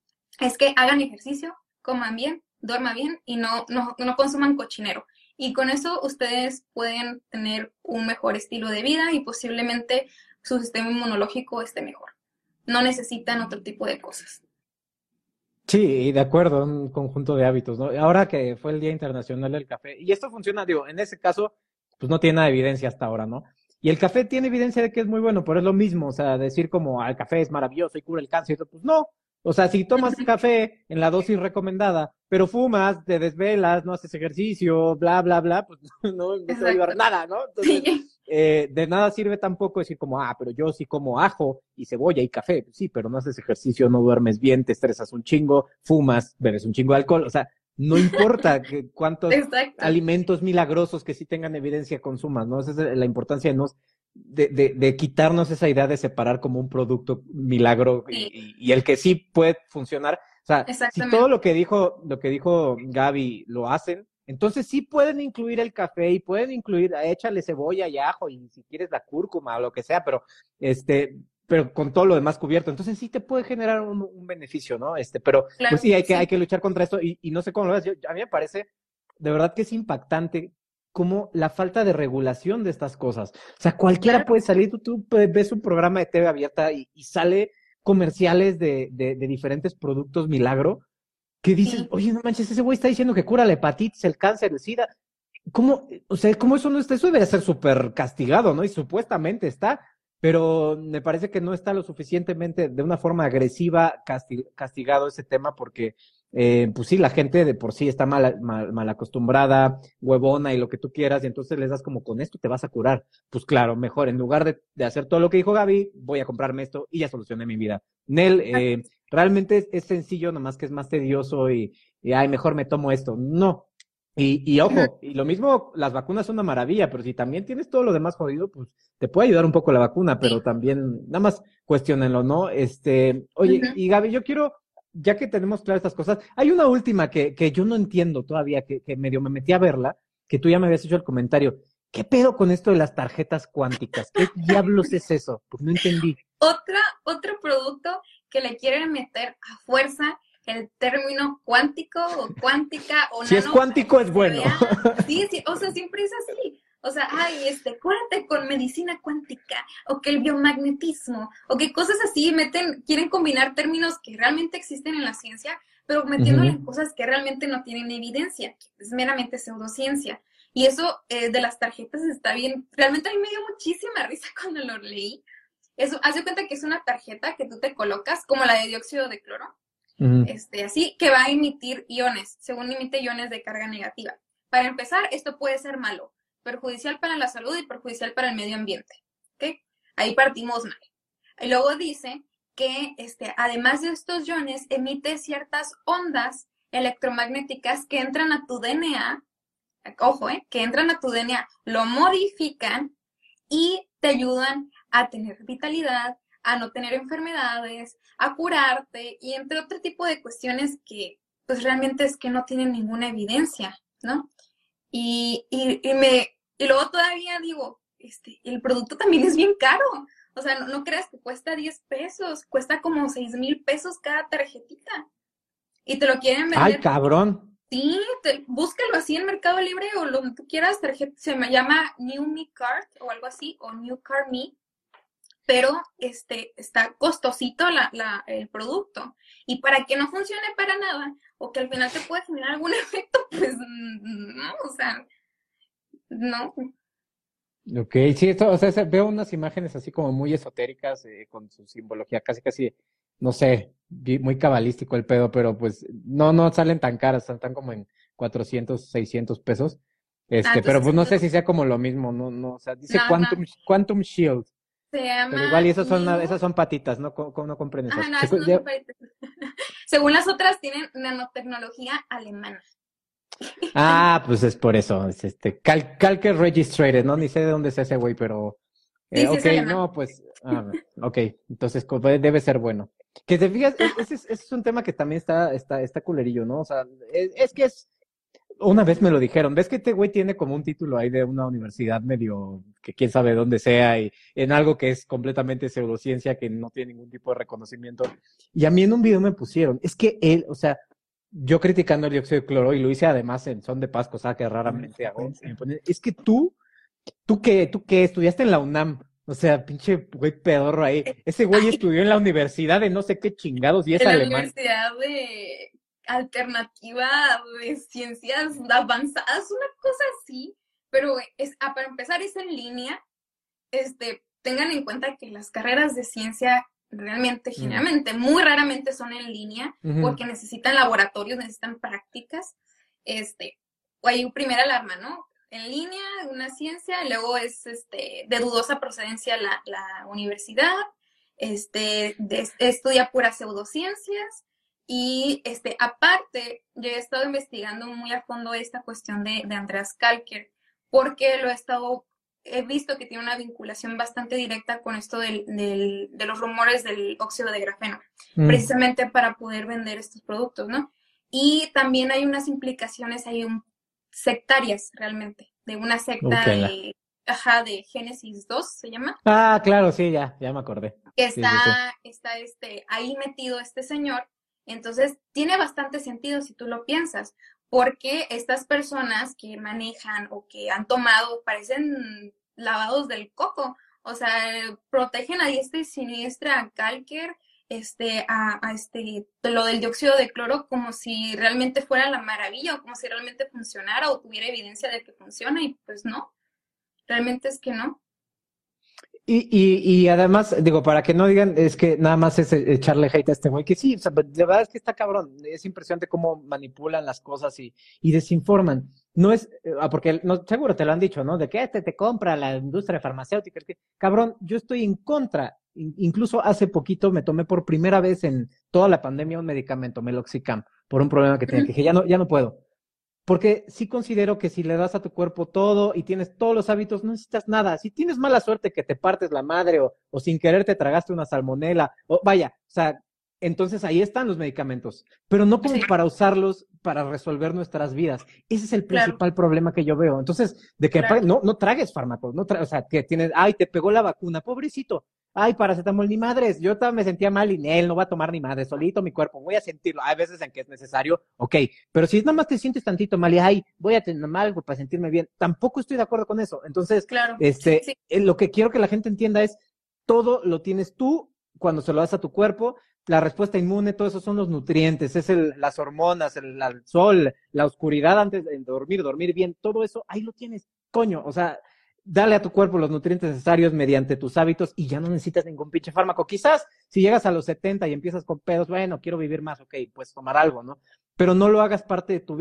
es que hagan ejercicio, coman bien, duerman bien y no, no, no consuman cochinero. Y con eso ustedes pueden tener un mejor estilo de vida y posiblemente su sistema inmunológico esté mejor. No necesitan otro tipo de cosas. Sí, de acuerdo, un conjunto de hábitos, ¿no? Ahora que fue el Día Internacional del Café, y esto funciona, digo, en ese caso, pues no tiene nada de evidencia hasta ahora, ¿no? Y el café tiene evidencia de que es muy bueno, pero es lo mismo, o sea, decir como, ah, el café es maravilloso y cura el cáncer, pues no. O sea, si tomas café en la dosis recomendada, pero fumas, te desvelas, no haces ejercicio, bla, bla, bla, pues no, no te va a ayudar nada, ¿no? Entonces, eh, de nada sirve tampoco decir como, ah, pero yo sí como ajo y cebolla y café. Sí, pero no haces ejercicio, no duermes bien, te estresas un chingo, fumas, bebes un chingo de alcohol. O sea, no importa que cuántos Exacto. alimentos milagrosos que sí tengan evidencia consumas, ¿no? Esa es la importancia de, nos, de, de, de quitarnos esa idea de separar como un producto milagro y, Sí. y, y el que sí puede funcionar. O sea, si todo lo que dijo, lo que dijo Gaby lo hacen, entonces sí pueden incluir el café y pueden incluir, échale cebolla y ajo y si quieres la cúrcuma o lo que sea, pero este, pero con todo lo demás cubierto. Entonces sí te puede generar un, un beneficio, ¿no? Este, pero Claro, pues sí, hay que, sí. hay que luchar contra esto y, y no sé cómo lo ves. Yo, a mí me parece de verdad que es impactante como la falta de regulación de estas cosas. O sea, cualquiera Claro. puede salir, tú, tú ves un programa de T V abierta y, y sale comerciales de, de, de diferentes productos milagro que dices, Sí. oye, no manches, ese güey está diciendo que cura la hepatitis, el cáncer, el SIDA. ¿Cómo? O sea, ¿cómo eso no está? Eso debería ser súper castigado, ¿no? Y supuestamente está, pero me parece que no está lo suficientemente, de una forma agresiva, casti castigado ese tema porque, eh, pues sí, la gente de por sí está mal, mal, mal acostumbrada, huevona y lo que tú quieras, y entonces les das como, con esto te vas a curar. Pues claro, mejor, en lugar de, de hacer todo lo que dijo Gaby, voy a comprarme esto y ya solucioné mi vida. Nel, eh, realmente es, es sencillo, nomás que es más tedioso y, y, ay, mejor me tomo esto. No. Y, y ojo, y lo mismo, las vacunas son una maravilla, pero si también tienes todo lo demás jodido, pues te puede ayudar un poco la vacuna, pero Sí. también, nada más cuestionenlo, ¿no? Este, oye, Uh-huh. y Gaby, yo quiero, ya que tenemos claras estas cosas, hay una última que, que yo no entiendo todavía, que, que medio me metí a verla, que tú ya me habías hecho el comentario. ¿Qué pedo con esto de las tarjetas cuánticas? ¿Qué diablos es eso? Pues no entendí. Otra, otro producto que le quieren meter a fuerza el término cuántico o cuántica o Si es nano para cuántico que es se bueno. vea. Sí, sí, o sea, siempre es así. O sea, ay, este, cúrate con medicina cuántica, o que el biomagnetismo, o que cosas así meten, quieren combinar términos que realmente existen en la ciencia, pero metiéndole en Uh-huh. cosas que realmente no tienen evidencia, que es meramente pseudociencia. Y eso eh, de las tarjetas está bien, realmente a mí me dio muchísima risa cuando lo leí. Eso, haz de cuenta que es una tarjeta que tú te colocas, como la de dióxido de cloro, Uh-huh. este, así, que va a emitir iones, según emite iones de carga negativa. para empezar, esto puede ser malo, perjudicial para la salud y perjudicial para el medio ambiente. ¿Ok? Ahí partimos mal. Y luego dice que este, además de estos iones, emite ciertas ondas electromagnéticas que entran a tu D N A, ojo, eh, que entran a tu D N A, lo modifican y te ayudan a tener vitalidad, a no tener enfermedades, a curarte y entre otro tipo de cuestiones que pues realmente es que no tienen ninguna evidencia, ¿no? Y, y, y me, y luego todavía digo, este, el producto también es bien caro. O sea, no, no creas que cuesta diez pesos, cuesta como seis mil pesos cada tarjetita. Y te lo quieren Ay, vender. cabrón. Sí, te, búscalo así en Mercado Libre o lo que tú quieras, tarjeta, se me llama New Me Card o algo así, o New Card Me, pero este, está costosito la, la, el producto. Y para que no funcione para nada, o que al final te pueda generar algún efecto, pues no, o sea, no. Ok, sí, esto, o sea, se- veo unas imágenes así como muy esotéricas, eh, con su simbología, casi, casi, no sé, vi- muy cabalístico el pedo, pero pues no, no salen tan caras, están como en cuatrocientos, seiscientos pesos. Ah, Este, pero entonces, pues no sé si sea como lo mismo, no, no, o sea, dice no, no, Quantum, Quantum Shield, se pero llama igual y esas son, New. esas son patitas, no, Co- co- no compren Ajá, esas. no, Se eso cu- no ya- son palitas. Según las otras, tienen nanotecnología alemana. Ah, pues es por eso, es este, Cal, Calque Registrated, no, ni sé de dónde es ese güey, pero, eh, Sí, sí, ok, es alemán. no, pues, ah, ok, entonces co- debe ser bueno. Que te fijas, e- ese es, ese es un tema que también está, está, está culerillo, ¿no? O sea, es, es que es, una vez me lo dijeron, ves que este güey tiene como un título ahí de una universidad medio, que quién sabe dónde sea, y en algo que es completamente pseudociencia, que no tiene ningún tipo de reconocimiento. Y a mí en un video me pusieron, es que él, o sea, yo criticando el dióxido de cloro, y lo hice además en son de paz, cosa que raramente hago, y me ponen, es que tú, tú que, tú que estudiaste en la UNAM, o sea, pinche güey pedorro ahí, ese güey Ay, estudió en la universidad de no sé qué chingados y es en la alemán. Universidad de Alternativa de Ciencias Avanzadas, una cosa así. Pero es, ah, para empezar, es en línea. Este, tengan en cuenta que las carreras de ciencia realmente, Mm, generalmente, muy raramente son en línea, ujú. porque necesitan laboratorios, necesitan prácticas. Este, hay un primer alarma, ¿no? En línea, una ciencia, y luego es este, de dudosa procedencia la, la universidad, este, de, estudia puras pseudociencias, y este, aparte, yo he estado investigando muy a fondo esta cuestión de, de Andreas Kalker, porque lo he estado he visto que tiene una vinculación bastante directa con esto del, del, de los rumores del óxido de grafeno, Mm, precisamente para poder vender estos productos, ¿no? Y también hay unas implicaciones ahí un, sectarias realmente, de una ok, secta la. de, ajá, de Génesis dos se llama, Ah, claro, sí, ya, ya me acordé. que Sí, sí, sí. está, está este, ahí metido este señor. Entonces, tiene bastante sentido si tú lo piensas, porque estas personas que manejan o que han tomado parecen lavados del coco, o sea, protegen a diestra y siniestra a Kalker, este, a, a este, lo del dióxido de cloro como si realmente fuera la maravilla o como si realmente funcionara o tuviera evidencia de que funciona y pues no, realmente es que no. Y, y, y además, digo, para que no digan, es que nada más es eh, echarle hate a este güey, que sí, o sea, de verdad es que está cabrón, es impresionante cómo manipulan las cosas y, y desinforman. No es, eh, ah, porque no, seguro te lo han dicho, ¿no? De que este te compra la industria farmacéutica. Es que, cabrón, yo estoy en contra. In- incluso hace poquito me tomé por primera vez en toda la pandemia un medicamento, Meloxicam, por un problema que tenía, que dije, ya no, ya no puedo. Porque sí considero que si le das a tu cuerpo todo y tienes todos los hábitos, no necesitas nada. Si tienes mala suerte que te partes la madre o, o sin querer te tragaste una salmonela, o vaya, o sea, entonces ahí están los medicamentos, pero no como Sí, para usarlos para resolver nuestras vidas. Ese es el claro, principal problema que yo veo. Entonces, de que claro. no, no tragues fármacos, no tra o sea, que tienes, ay, te pegó la vacuna, pobrecito. Ay, paracetamol, ni madres. Yo también me sentía mal y él no va a tomar ni madres, solito mi cuerpo, voy a sentirlo. Hay veces en que es necesario, ok, pero si nada más te sientes tantito mal y ay, voy a tener algo para sentirme bien, tampoco estoy de acuerdo con eso. Entonces, Claro, sí, este, sí, eh, lo que quiero que la gente entienda es, todo lo tienes tú cuando se lo das a tu cuerpo, la respuesta inmune, todo eso son los nutrientes, es el, las hormonas, el, el sol, la oscuridad antes de dormir, dormir bien, todo eso, ahí lo tienes, coño, o sea, dale a tu cuerpo los nutrientes necesarios mediante tus hábitos y ya no necesitas ningún pinche fármaco. Quizás si llegas a los setenta y empiezas con pedos, bueno, quiero vivir más, ok, pues tomar algo, ¿no? Pero no lo hagas parte de tu vida.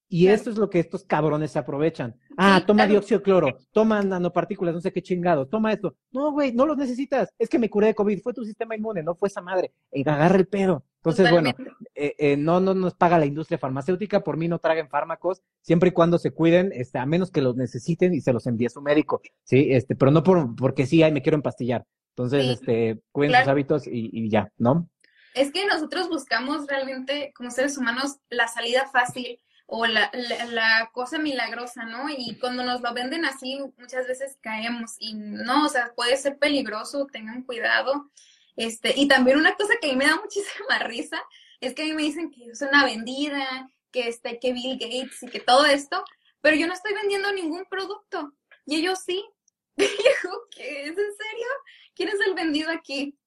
Y claro. esto es lo que estos cabrones se aprovechan. Ah, Sí, toma claro. dióxido de cloro, toma nanopartículas, no sé qué chingado, toma esto. No, güey, no los necesitas. Es que me curé de COVID, fue tu sistema inmune, no fue esa madre. Eh, agarra el pedo. Entonces, bueno, Totalmente. eh, eh, no, no nos paga la industria farmacéutica, por mí no traguen fármacos, siempre y cuando se cuiden, este, a menos que los necesiten y se los envíe su médico, ¿sí? Este, pero no por, porque sí, ay, me quiero empastillar. Entonces, Sí, este, cuiden sus claro. hábitos y, y ya, ¿no? Es que nosotros buscamos realmente, como seres humanos, la salida fácil o la, la, la cosa milagrosa, ¿no? Y cuando nos lo venden así, muchas veces caemos y no, o sea, puede ser peligroso, tengan cuidado. Este, y también una cosa que a mí me da muchísima risa es que a mí me dicen que yo soy una vendida, que este, que Bill Gates y que todo esto, pero yo no estoy vendiendo ningún producto. Y ellos sí. Y yo, ¿qué? ¿Es en serio? ¿Quién es el vendido aquí?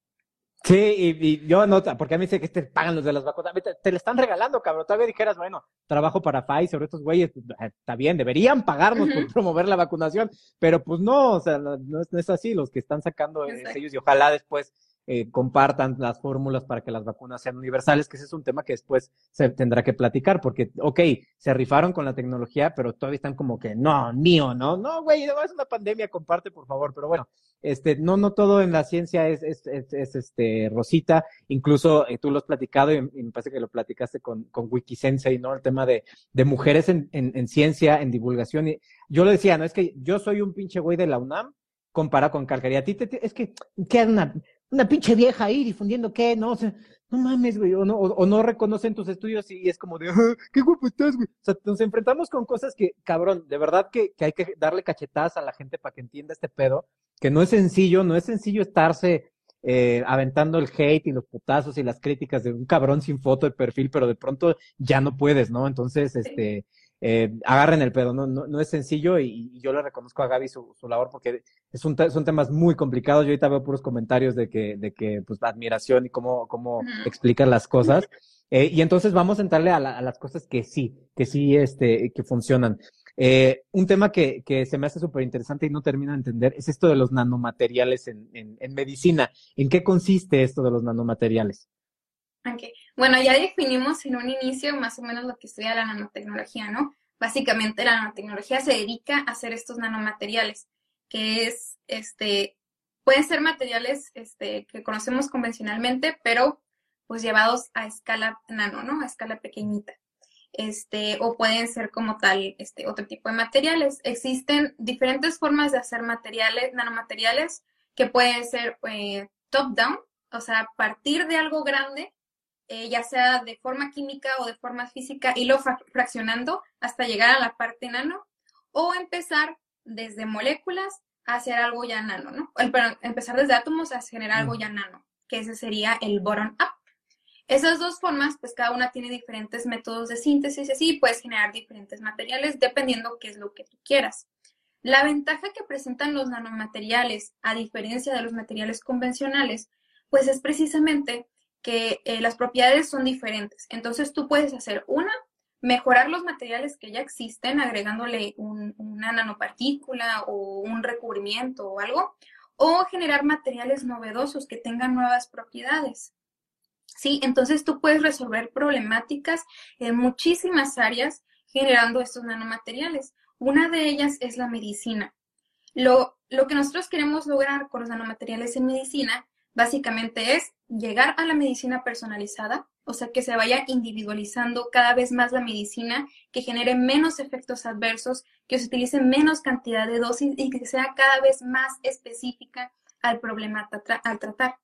Sí, y, y yo no, porque a mí sé que te pagan los de las vacunas, te, te le están regalando, cabrón. Todavía dijeras, bueno, trabajo para Pfizer, estos güeyes, pues, eh, está bien, deberían pagarnos por Ujú, promover la vacunación, pero pues no, o sea, no, no es, no es así. Los que están sacando es exacto. ellos y ojalá después eh, compartan las fórmulas para que las vacunas sean universales, que ese es un tema que después se tendrá que platicar, porque, ok, se rifaron con la tecnología, pero todavía están como que, no, mío, no, no, güey, no es una pandemia, comparte, por favor, pero bueno. Este, no, no todo en la ciencia es, es, es, es este, rosita, incluso eh, tú lo has platicado y, y, me parece que lo platicaste con, con Wikisensei, ¿no? El tema de, de mujeres en, en, en, ciencia, en divulgación. Y yo lo decía, ¿no? Es que yo soy un pinche güey de la UNAM comparado con Calcaría. A ti te, te, es que queda una, una pinche vieja ahí difundiendo qué, ¿no? O sea, no mames, güey, o no, o, o no reconocen tus estudios y es como de, ah, qué guapo estás, güey. O sea, nos enfrentamos con cosas que, cabrón, de verdad que, que hay que darle cachetadas a la gente para que entienda este pedo, que no es sencillo, no es sencillo estarse eh, aventando el hate y los putazos y las críticas de un cabrón sin foto de perfil, pero de pronto ya no puedes, ¿no? Entonces, Sí. este, eh, agarren el pedo, no, no, no es sencillo y, y, yo le reconozco a Gaby su, su labor porque es un, son temas muy complicados. Yo ahorita veo puros comentarios de que, de que pues, admiración y cómo, cómo Ujú. explican las cosas. Eh, y entonces vamos a entrarle a, la, a las cosas que sí, que sí, este, que funcionan. Eh, un tema que, que se me hace súper interesante y no termino de entender es esto de los nanomateriales en, en, en medicina. ¿En qué consiste esto de los nanomateriales? Okay. Bueno, ya definimos en un inicio más o menos lo que estudia la nanotecnología, ¿no? Básicamente la nanotecnología se dedica a hacer estos nanomateriales, que es, este, pueden ser materiales, este, que conocemos convencionalmente, pero pues llevados a escala nano, ¿no? A escala pequeñita. Este, o pueden ser como tal, este, otro tipo de materiales. Existen diferentes formas de hacer materiales, nanomateriales, que pueden ser eh, top-down, o sea, partir de algo grande, eh, ya sea de forma química o de forma física, y lo fraccionando hasta llegar a la parte nano, o empezar desde moléculas a hacer algo ya nano, ¿no? Pero empezar desde átomos a generar algo ya nano, que ese sería el bottom-up. Esas dos formas, pues cada una tiene diferentes métodos de síntesis y así puedes generar diferentes materiales dependiendo qué es lo que tú quieras. La ventaja que presentan los nanomateriales, a diferencia de los materiales convencionales, pues es precisamente que eh, las propiedades son diferentes. Entonces tú puedes hacer una, mejorar los materiales que ya existen, agregándole un, una nanopartícula o un recubrimiento o algo, o generar materiales novedosos que tengan nuevas propiedades. ¿Sí? Entonces tú puedes resolver problemáticas en muchísimas áreas generando estos nanomateriales. Una de ellas es la medicina. Lo, lo que nosotros queremos lograr con los nanomateriales en medicina básicamente es llegar a la medicina personalizada, o sea, que se vaya individualizando cada vez más la medicina, que genere menos efectos adversos, que se utilice menos cantidad de dosis y que sea cada vez más específica al problema al tratar.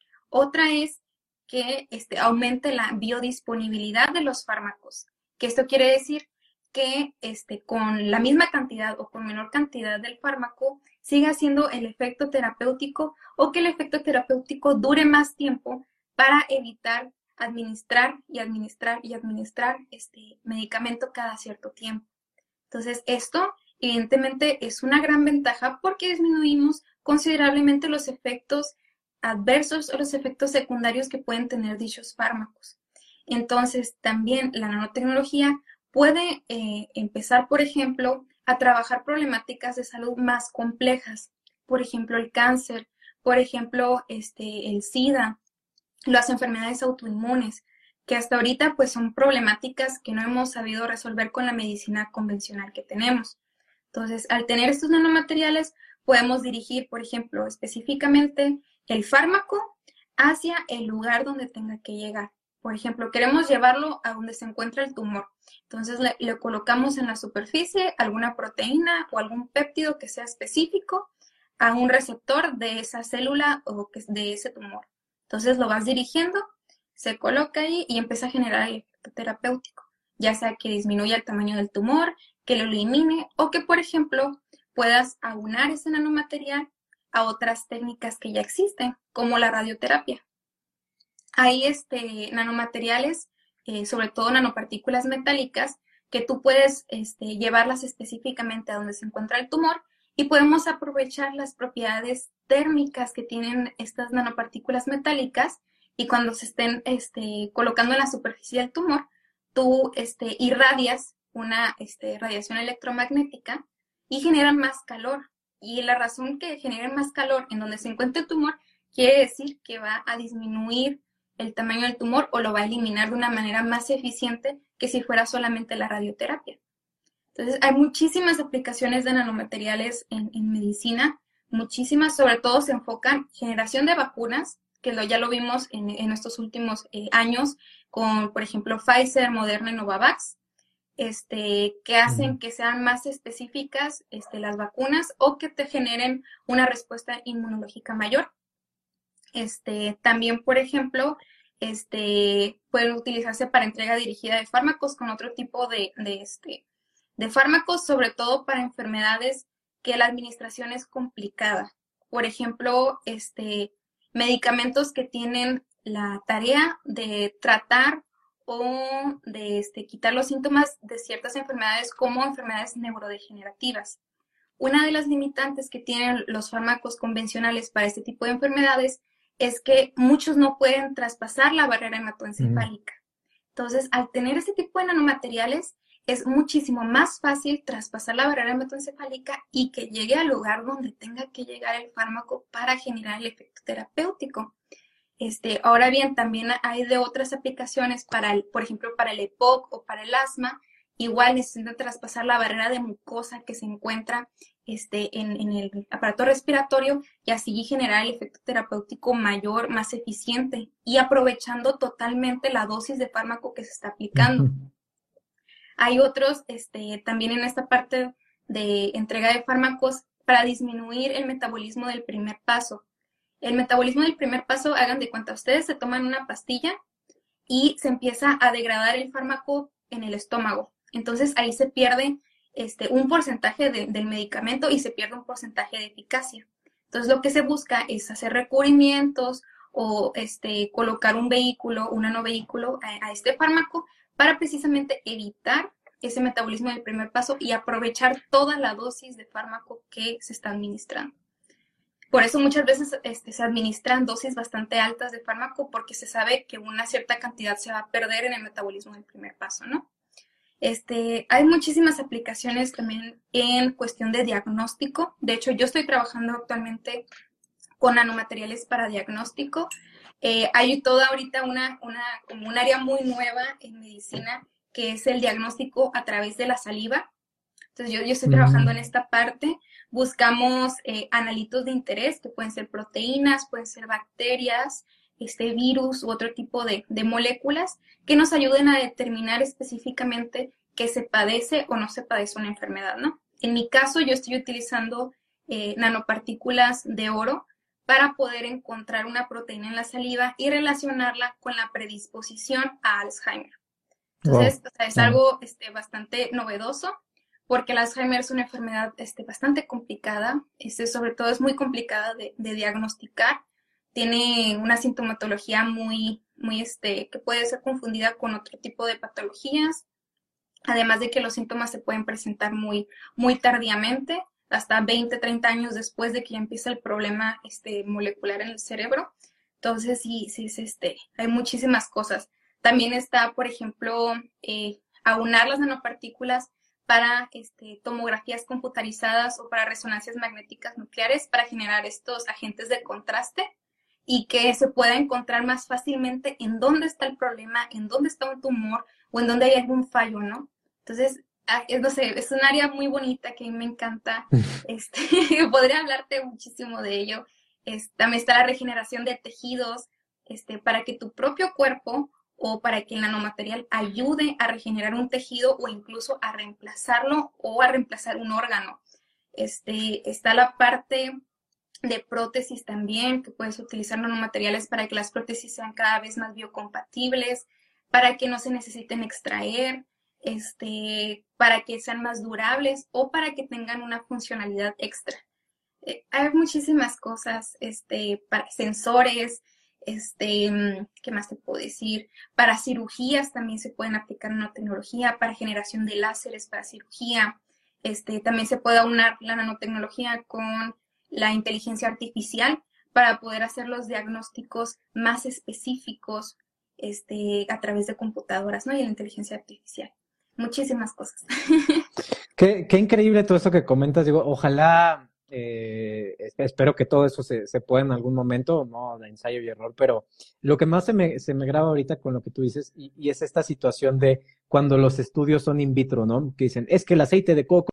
Otra es que este, aumente la biodisponibilidad de los fármacos, que esto quiere decir que este, con la misma cantidad o con menor cantidad del fármaco siga haciendo el efecto terapéutico o que el efecto terapéutico dure más tiempo para evitar administrar y administrar y administrar este medicamento cada cierto tiempo. Entonces, esto evidentemente es una gran ventaja porque disminuimos considerablemente los efectos adversos o los efectos secundarios que pueden tener dichos fármacos. Entonces, también la nanotecnología puede eh, empezar, por ejemplo, a trabajar problemáticas de salud más complejas, por ejemplo, el cáncer, por ejemplo, este, el SIDA, las enfermedades autoinmunes, que hasta ahorita pues son problemáticas que no hemos sabido resolver con la medicina convencional que tenemos. Entonces, al tener estos nanomateriales, podemos dirigir, por ejemplo, específicamente el fármaco hacia el lugar donde tenga que llegar. Por ejemplo, queremos llevarlo a donde se encuentra el tumor. Entonces, le, le colocamos en la superficie alguna proteína o algún péptido que sea específico a un receptor de esa célula o que, de ese tumor. Entonces, lo vas dirigiendo, se coloca ahí y empieza a generar el efecto terapéutico, ya sea que disminuya el tamaño del tumor, que lo elimine o que, por ejemplo, puedas aunar ese nanomaterial a otras técnicas que ya existen, como la radioterapia. Hay este, nanomateriales, eh, sobre todo nanopartículas metálicas, que tú puedes este, llevarlas específicamente a donde se encuentra el tumor y podemos aprovechar las propiedades térmicas que tienen estas nanopartículas metálicas y cuando se estén este, colocando en la superficie del tumor, tú este, irradias una este, radiación electromagnética y generan más calor. Y la razón que generen más calor en donde se encuentra el tumor quiere decir que va a disminuir el tamaño del tumor o lo va a eliminar de una manera más eficiente que si fuera solamente la radioterapia. Entonces, hay muchísimas aplicaciones de nanomateriales en, en medicina, muchísimas, sobre todo se enfocan en generación de vacunas, que lo, ya lo vimos en, en estos últimos eh, años con, por ejemplo, Pfizer, Moderna y Novavax, este, que hacen que sean más específicas este, las vacunas o que te generen una respuesta inmunológica mayor. Este, también, por ejemplo, este, pueden utilizarse para entrega dirigida de fármacos con otro tipo de, de, este, de fármacos, sobre todo para enfermedades que la administración es complicada. Por ejemplo, este, medicamentos que tienen la tarea de tratar o de este, quitar los síntomas de ciertas enfermedades como enfermedades neurodegenerativas. Una de las limitantes que tienen los fármacos convencionales para este tipo de enfermedades es que muchos no pueden traspasar la barrera hematoencefálica. Entonces, al tener este tipo de nanomateriales, es muchísimo más fácil traspasar la barrera hematoencefálica y que llegue al lugar donde tenga que llegar el fármaco para generar el efecto terapéutico. Este, ahora bien, también hay de otras aplicaciones, para el, por ejemplo, para el EPOC o para el asma, igual necesitan traspasar la barrera de mucosa que se encuentra este, en, en el aparato respiratorio y así generar el efecto terapéutico mayor, más eficiente y aprovechando totalmente la dosis de fármaco que se está aplicando. Uh-huh. Hay otros este, también en esta parte de entrega de fármacos para disminuir el metabolismo del primer paso. El metabolismo del primer paso, hagan de cuenta, ustedes se toman una pastilla y se empieza a degradar el fármaco en el estómago. Entonces ahí se pierde este, un porcentaje de, del medicamento y se pierde un porcentaje de eficacia. Entonces lo que se busca es hacer recubrimientos o este, colocar un vehículo, un nanovehículo a, a este fármaco para precisamente evitar ese metabolismo del primer paso y aprovechar toda la dosis de fármaco que se está administrando. Por eso muchas veces este, se administran dosis bastante altas de fármaco porque se sabe que una cierta cantidad se va a perder en el metabolismo del primer paso, ¿no? Este, hay muchísimas aplicaciones también en cuestión de diagnóstico. De hecho, yo estoy trabajando actualmente con nanomateriales para diagnóstico. Eh, hay toda ahorita una, una, como un área muy nueva en medicina que es el diagnóstico a través de la saliva. Entonces yo, yo estoy trabajando en esta parte. Buscamos eh, analitos de interés que pueden ser proteínas, pueden ser bacterias, este virus u otro tipo de, de moléculas que nos ayuden a determinar específicamente que se padece o no se padece una enfermedad, ¿no? En mi caso yo estoy utilizando eh, nanopartículas de oro para poder encontrar una proteína en la saliva y relacionarla con la predisposición a Alzheimer. Entonces, wow. o sea, es algo este, bastante novedoso porque el Alzheimer es una enfermedad este, bastante complicada, este, sobre todo es muy complicada de, de diagnosticar, tiene una sintomatología muy, muy este, que puede ser confundida con otro tipo de patologías, además de que los síntomas se pueden presentar muy, muy tardíamente, hasta veinte, treinta años después de que ya empieza el problema este, molecular en el cerebro. Entonces, sí, sí, sí este, hay muchísimas cosas. También está, por ejemplo, eh, aunar las nanopartículas para este, tomografías computarizadas o para resonancias magnéticas nucleares para generar estos agentes de contraste y que se pueda encontrar más fácilmente en dónde está el problema, en dónde está un tumor o en dónde hay algún fallo, ¿no? Entonces, no sé, es un área muy bonita que a mí me encanta. Este, podría hablarte muchísimo de ello. Es, también está la regeneración de tejidos, este, para que tu propio cuerpo o para que el nanomaterial ayude a regenerar un tejido o incluso a reemplazarlo o a reemplazar un órgano. Este, está la parte de prótesis también, que puedes utilizar nanomateriales para que las prótesis sean cada vez más biocompatibles, para que no se necesiten extraer, este, para que sean más durables o para que tengan una funcionalidad extra. Eh, hay muchísimas cosas, este, para sensores, este, ¿qué más te puedo decir? Para cirugías también se pueden aplicar nanotecnología, para generación de láseres para cirugía. Este, también se puede aunar la nanotecnología con la inteligencia artificial para poder hacer los diagnósticos más específicos, este, a través de computadoras, ¿no? Y la inteligencia artificial. Muchísimas cosas. Qué, qué increíble todo eso que comentas. Digo, ojalá, eh, espero que todo eso se, se pueda en algún momento, ¿no? De ensayo y error, pero lo que más se me, se me graba ahorita con lo que tú dices, y, y es esta situación de cuando los estudios son in vitro, ¿no? Que dicen, es que el aceite de coco,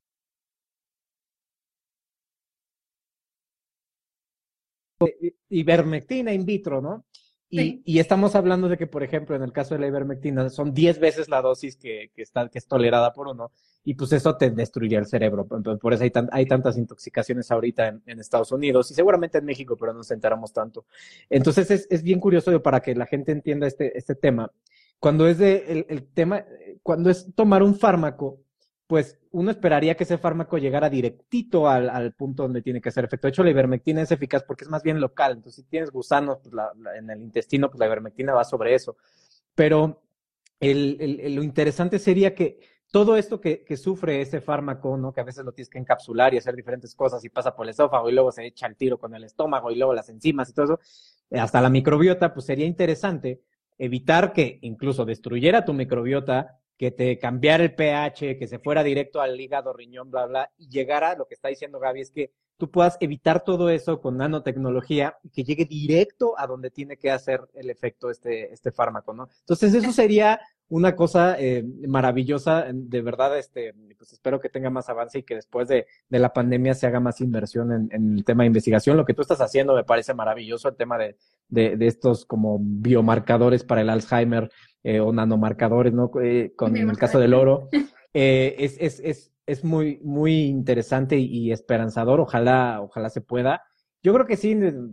ivermectina in vitro, ¿no? Y, Sí. y estamos hablando de que, por ejemplo, en el caso de la ivermectina, son diez veces la dosis que, que, está, que es tolerada por uno, y pues eso te destruye el cerebro. Entonces, por eso hay, tan, hay tantas intoxicaciones ahorita en, en, Estados Unidos y seguramente en México, pero no nos enteramos tanto. Entonces, es, es bien curioso para que la gente entienda este, este tema. Cuando es de el, el tema, cuando es tomar un fármaco, pues uno esperaría que ese fármaco llegara directito al, al punto donde tiene que hacer efecto. De hecho, la ivermectina es eficaz porque es más bien local. Entonces, si tienes gusanos pues la, la, en el intestino, pues la ivermectina va sobre eso. Pero el, el, lo interesante sería que todo esto que, que sufre ese fármaco, ¿no? Que a veces lo tienes que encapsular y hacer diferentes cosas y pasa por el esófago y luego se echa el tiro con el estómago y luego las enzimas y todo eso, hasta la microbiota, pues sería interesante evitar que incluso destruyera tu microbiota, que te cambiara el pH, que se fuera directo al hígado, riñón, bla, bla, y llegara, lo que está diciendo Gaby, es que tú puedas evitar todo eso con nanotecnología y que llegue directo a donde tiene que hacer el efecto este, este fármaco, ¿no? Entonces eso sería una cosa eh, maravillosa, de verdad, este, pues espero que tenga más avance y que después de, de la pandemia se haga más inversión en, en el tema de investigación. Lo que tú estás haciendo me parece maravilloso, el tema de, de, de estos como biomarcadores para el Alzheimer eh, o nanomarcadores, ¿no? Eh, con, en el caso del oro, eh, es, es, es, es muy, muy interesante y, y esperanzador. Ojalá, ojalá se pueda. Yo creo que sí,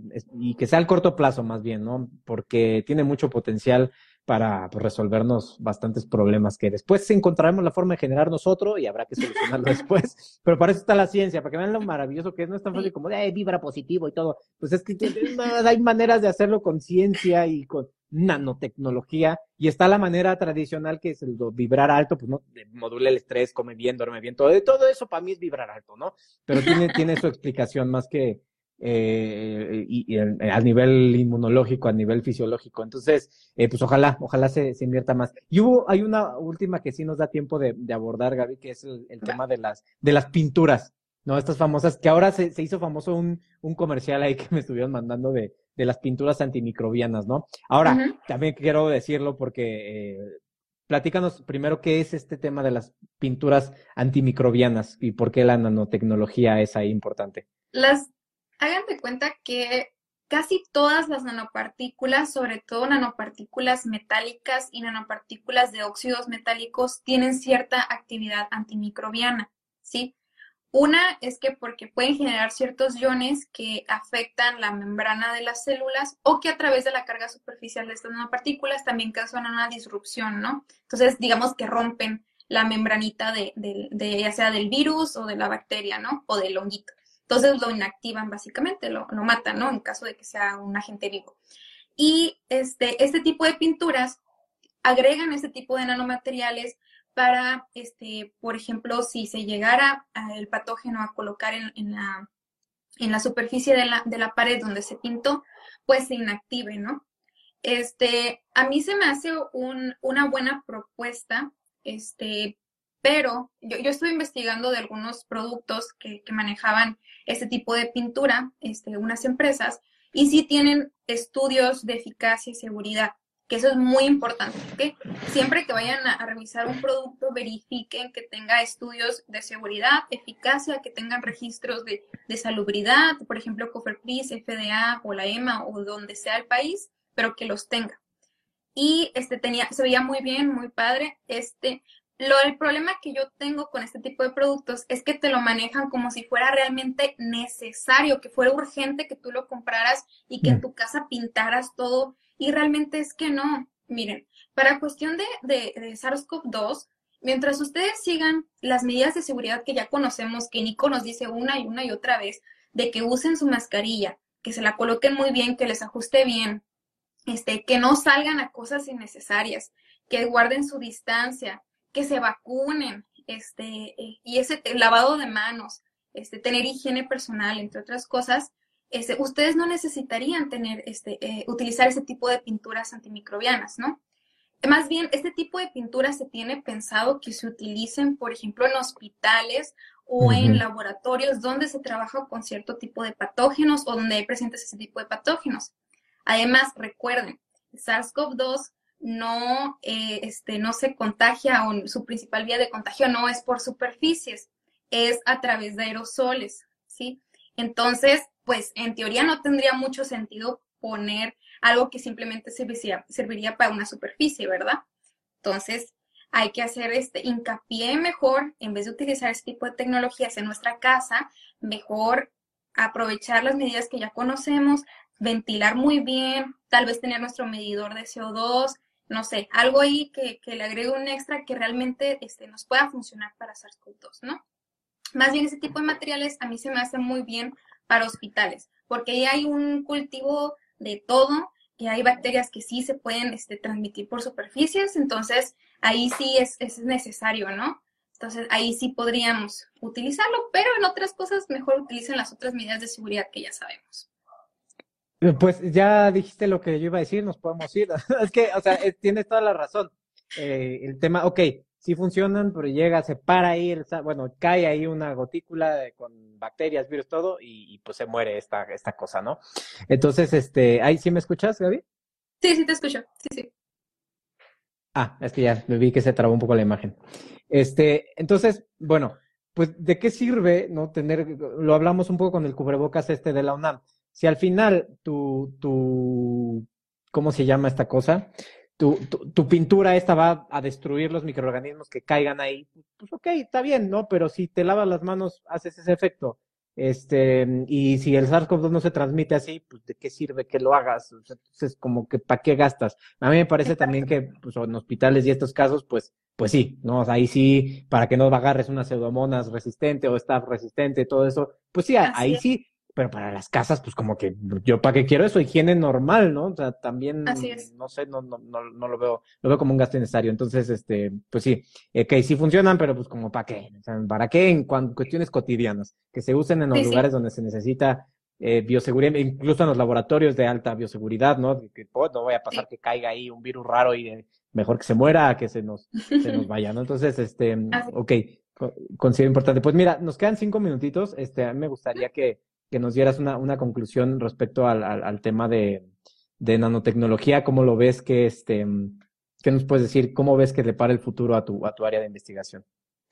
y que sea al corto plazo más bien, ¿no? Porque tiene mucho potencial para pues, resolvernos bastantes problemas que después encontraremos la forma de generar nosotros y habrá que solucionarlo después. Pero para eso está la ciencia, para que vean lo maravilloso que es. No es tan fácil como de vibra positivo y todo. Pues es que no, hay maneras de hacerlo con ciencia y con nanotecnología. Y está la manera tradicional que es el vibrar alto, pues no, modula el estrés, come bien, duerme bien, todo, todo eso para mí es vibrar alto, ¿no? Pero tiene, tiene su explicación más que eh, y, y a nivel inmunológico, a nivel fisiológico. Entonces, eh, pues ojalá, ojalá se, se invierta más. Y hubo, hay una última que sí nos da tiempo de, de abordar, Gaby, que es el, el tema de las, de las pinturas, ¿no? Estas famosas, que ahora se, se hizo famoso un, un comercial ahí que me estuvieron mandando de, de las pinturas antimicrobianas, ¿no? Ahora, uh-huh. También quiero decirlo porque eh, platícanos primero qué es este tema de las pinturas antimicrobianas y por qué la nanotecnología es ahí importante. Las Hagan de cuenta que casi todas las nanopartículas, sobre todo nanopartículas metálicas y nanopartículas de óxidos metálicos, tienen cierta actividad antimicrobiana, ¿sí? Una es que porque pueden generar ciertos iones que afectan la membrana de las células o que a través de la carga superficial de estas nanopartículas también causan una disrupción, ¿no? Entonces, digamos que rompen la membranita de, de, de ya sea del virus o de la bacteria, ¿no? O del honguito. Entonces lo inactivan básicamente, lo, lo matan, ¿no? En caso de que sea un agente vivo. Y este, este tipo de pinturas agregan este tipo de nanomateriales para, este, por ejemplo, si se llegara a el patógeno a colocar en, en, la, en la superficie de la, de la pared donde se pintó, pues se inactive, ¿no? Este, a mí se me hace un, una buena propuesta, este, pero yo, yo estuve investigando de algunos productos que, que manejaban este tipo de pintura, este, unas empresas, y si tienen estudios de eficacia y seguridad, que eso es muy importante, ¿ok? Siempre que vayan a, a revisar un producto, verifiquen que tenga estudios de seguridad, eficacia, que tengan registros de, de salubridad, por ejemplo, COFEPRIS, F D A o la EMA o donde sea el país, pero que los tenga. Y este tenía, se veía muy bien, muy padre. Este, lo, el problema que yo tengo con este tipo de productos es que te lo manejan como si fuera realmente necesario, que fuera urgente que tú lo compraras y que en tu casa pintaras todo. Y realmente es que no. Miren, para cuestión de, de, de SARS-CoV dos, mientras ustedes sigan las medidas de seguridad que ya conocemos, que Nico nos dice una y una y otra vez, de que usen su mascarilla, que se la coloquen muy bien, que les ajuste bien, este, que no salgan a cosas innecesarias, que guarden su distancia, que se vacunen, este, y ese lavado de manos, este, tener higiene personal, entre otras cosas, este, ustedes no necesitarían tener, este, eh, utilizar ese tipo de pinturas antimicrobianas, ¿no? Más bien, este tipo de pinturas se tiene pensado que se utilicen, por ejemplo, en hospitales o en Uh-huh. laboratorios donde se trabaja con cierto tipo de patógenos o donde hay presentes ese tipo de patógenos. Además, recuerden, SARS-CoV dos no, eh, este, no se contagia o su principal vía de contagio no es por superficies, es a través de aerosoles, ¿sí? Entonces, pues en teoría no tendría mucho sentido poner algo que simplemente serviría, serviría para una superficie, ¿verdad? Entonces, hay que hacer este hincapié mejor, en vez de utilizar este tipo de tecnologías en nuestra casa, mejor aprovechar las medidas que ya conocemos, ventilar muy bien, tal vez tener nuestro medidor de C O dos, no sé, algo ahí que, que le agregue un extra que realmente este, nos pueda funcionar para SARS-CoV dos, ¿no? Más bien ese tipo de materiales a mí se me hace muy bien para hospitales, porque ahí hay un cultivo de todo, y hay bacterias que sí se pueden este, transmitir por superficies, entonces ahí sí es, es necesario, ¿no? Entonces ahí sí podríamos utilizarlo, pero en otras cosas mejor utilicen las otras medidas de seguridad que ya sabemos. Pues ya dijiste lo que yo iba a decir, nos podemos ir. Es que, o sea, es- tienes toda la razón. Eh, el tema, ok, sí funcionan, pero llega, se para ahí, el, sa- bueno, cae ahí una gotícula de- con bacterias, virus, todo, y, y, pues se muere esta, esta cosa, ¿no? Entonces, este, ¿ahí sí me escuchas, Gaby? Sí, sí te escucho, sí, sí. Ah, es que ya me vi que se trabó un poco la imagen. Este, entonces, bueno, pues ¿de qué sirve no tener, lo hablamos un poco con el cubrebocas este de la UNAM? Si al final tu, tu, ¿cómo se llama esta cosa? Tu, tu, tu pintura esta va a destruir los microorganismos que caigan ahí, pues ok, está bien, ¿no? Pero si te lavas las manos, haces ese efecto. Este, y si el SARS-CoV dos no se transmite así, pues ¿de qué sirve que lo hagas? O sea, entonces, como que ¿para qué gastas? A mí me parece también que pues, en hospitales y estos casos, pues, pues sí, ¿no? O sea, ahí sí, para que no agarres una pseudomonas resistente o staph resistente, todo eso, pues sí, Así ahí es, sí, pero para las casas, pues como que yo para qué quiero eso, higiene normal, ¿no? O sea, así también, es. no sé, no, no, no, no lo veo, lo veo como un gasto innecesario. Entonces, este, pues sí, eh, que sí funcionan, pero pues como para qué, o sea, ¿para qué en cuan- cuestiones cotidianas? Que se usen en los Sí, sí, lugares donde se necesita eh, bioseguridad, incluso en los laboratorios de alta bioseguridad, ¿no? Que oh, no vaya a pasar sí, que caiga ahí un virus raro y eh, mejor que se muera a que se nos, se nos vaya, ¿no? Entonces, este, así ok, co- considero importante. Pues mira, nos quedan cinco minutitos, este, a mí me gustaría que, que nos dieras una, una conclusión respecto al, al, al tema de, de nanotecnología, ¿cómo lo ves? Que, este, ¿qué nos puedes decir? ¿Cómo ves que le para el futuro a tu, a tu área de investigación?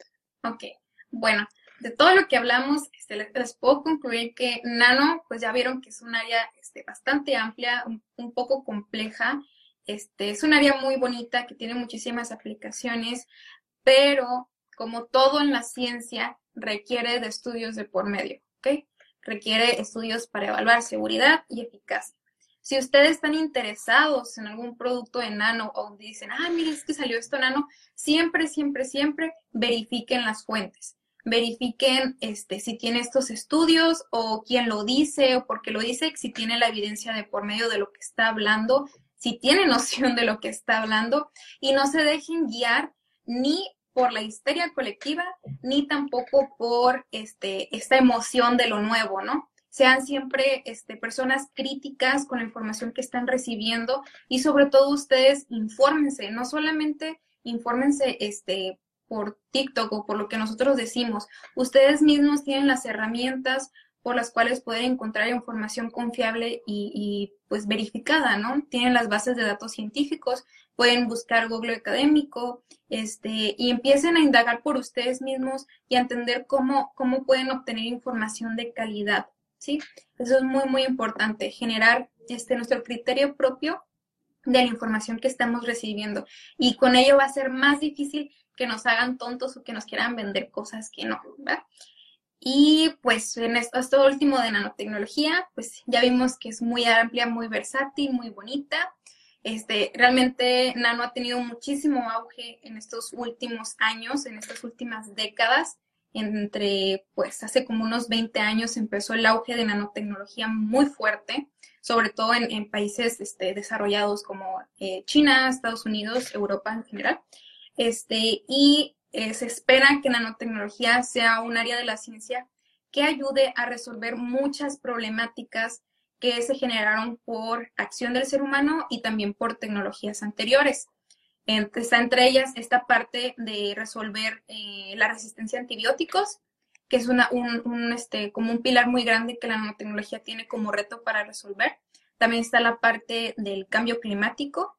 Ok, bueno, de todo lo que hablamos, este, les, les puedo concluir que nano, pues ya vieron que es un área este, bastante amplia, un, un poco compleja, este, es un área muy bonita que tiene muchísimas aplicaciones, pero como todo en la ciencia, requiere de estudios de por medio, ¿ok? Requiere estudios para evaluar seguridad y eficacia. Si ustedes están interesados en algún producto de nano o dicen, ah, mire, es que salió esto nano, siempre, siempre, siempre verifiquen las fuentes. Verifiquen este, si tiene estos estudios o quién lo dice o por qué lo dice, si tiene la evidencia de por medio de lo que está hablando, si tiene noción de lo que está hablando y no se dejen guiar ni por la histeria colectiva, ni tampoco por este, esta emoción de lo nuevo, ¿no? Sean siempre este, personas críticas con la información que están recibiendo y sobre todo ustedes infórmense, no solamente infórmense este, por TikTok o por lo que nosotros decimos, ustedes mismos tienen las herramientas por las cuales pueden encontrar información confiable y, y pues verificada, ¿no? Tienen las bases de datos científicos, pueden buscar Google Académico, este, y empiecen a indagar por ustedes mismos y a entender cómo, cómo pueden obtener información de calidad, ¿sí? Eso es muy, muy importante, generar este, nuestro criterio propio de la información que estamos recibiendo. Y con ello va a ser más difícil que nos hagan tontos o que nos quieran vender cosas que no, ¿verdad? Y pues en esto, esto último de nanotecnología, pues ya vimos que es muy amplia, muy versátil, muy bonita. Este, realmente Nano ha tenido muchísimo auge en estos últimos años, en estas últimas décadas. Entre, pues hace como unos veinte años empezó el auge de nanotecnología muy fuerte, sobre todo en, en países este, desarrollados como eh, China, Estados Unidos, Europa en general. Este, y eh, se espera que nanotecnología sea un área de la ciencia que ayude a resolver muchas problemáticas que se generaron por acción del ser humano y también por tecnologías anteriores. Está entre ellas esta parte de resolver eh, la resistencia a antibióticos, que es una, un, un, este, como un pilar muy grande que la nanotecnología tiene como reto para resolver. También está la parte del cambio climático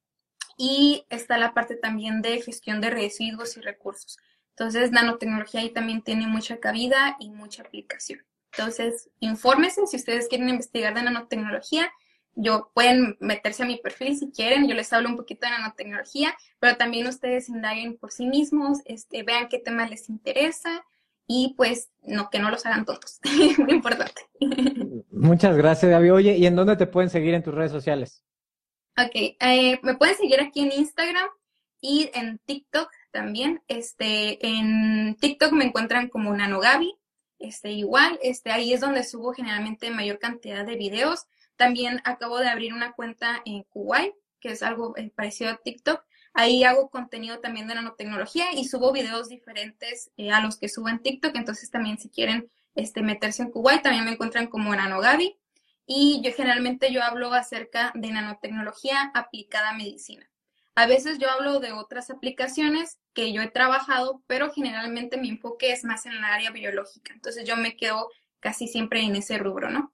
y está la parte también de gestión de residuos y recursos. Entonces, nanotecnología ahí también tiene mucha cabida y mucha aplicación. Entonces, infórmense si ustedes quieren investigar de nanotecnología. Yo pueden meterse a mi perfil si quieren, yo les hablo un poquito de nanotecnología, pero también ustedes indaguen por sí mismos, este, vean qué temas les interesa y pues no, que no los hagan tontos. Muy importante. Muchas gracias, Gaby. Oye, ¿y en dónde te pueden seguir en tus redes sociales? Ok, eh, me pueden seguir aquí en Instagram y en TikTok también. Este, en TikTok me encuentran como NanoGaby. Este, igual, este, ahí es donde subo generalmente mayor cantidad de videos. También acabo de abrir una cuenta en Kuwait, que es algo eh, parecido a TikTok. Ahí hago contenido también de nanotecnología y subo videos diferentes eh, a los que subo en TikTok. Entonces también si quieren este, meterse en Kuwait, también me encuentran como NanoGaby. Y yo generalmente yo hablo acerca de nanotecnología aplicada a medicina. A veces yo hablo de otras aplicaciones que yo he trabajado, pero generalmente mi enfoque es más en el área biológica. Entonces yo me quedo casi siempre en ese rubro, ¿no?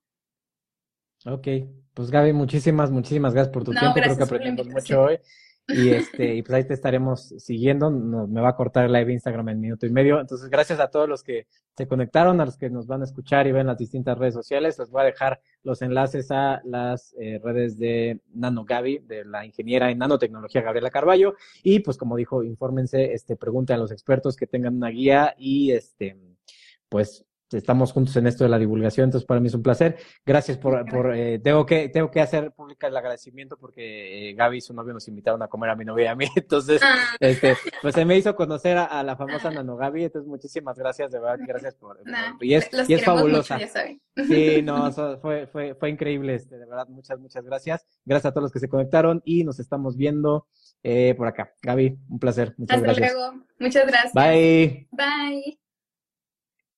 Ok, pues Gaby, muchísimas, muchísimas gracias por tu No, tiempo. Creo que gracias por la aprendimos mucho invitación. hoy. Y este, y pues ahí te estaremos siguiendo. No, me va a cortar el live de Instagram en minuto y medio. Entonces, gracias a todos los que se conectaron, a los que nos van a escuchar y ven las distintas redes sociales. Les voy a dejar los enlaces a las eh, redes de Nano Gaby, de la ingeniera en nanotecnología Gabriela Carballo. Y pues, como dijo, infórmense, este, pregunten a los expertos que tengan una guía y este, pues estamos juntos en esto de la divulgación, entonces para mí es un placer. Gracias por, por eh, tengo que tengo que hacer pública el agradecimiento porque eh, Gaby y su novio nos invitaron a comer a mi novia y a mí, entonces, Ah, este, pues se me hizo conocer a, a la famosa Nano Gaby, entonces muchísimas gracias, de verdad, gracias por, nah, por y es los y es queremos mucho, fabulosa. ya saben. Sí, no, eso fue, fue, fue increíble, este, de verdad, muchas, muchas gracias. Gracias a todos los que se conectaron y nos estamos viendo eh, por acá. Gaby, un placer, muchas Hasta gracias. luego. Muchas gracias. Bye. Bye.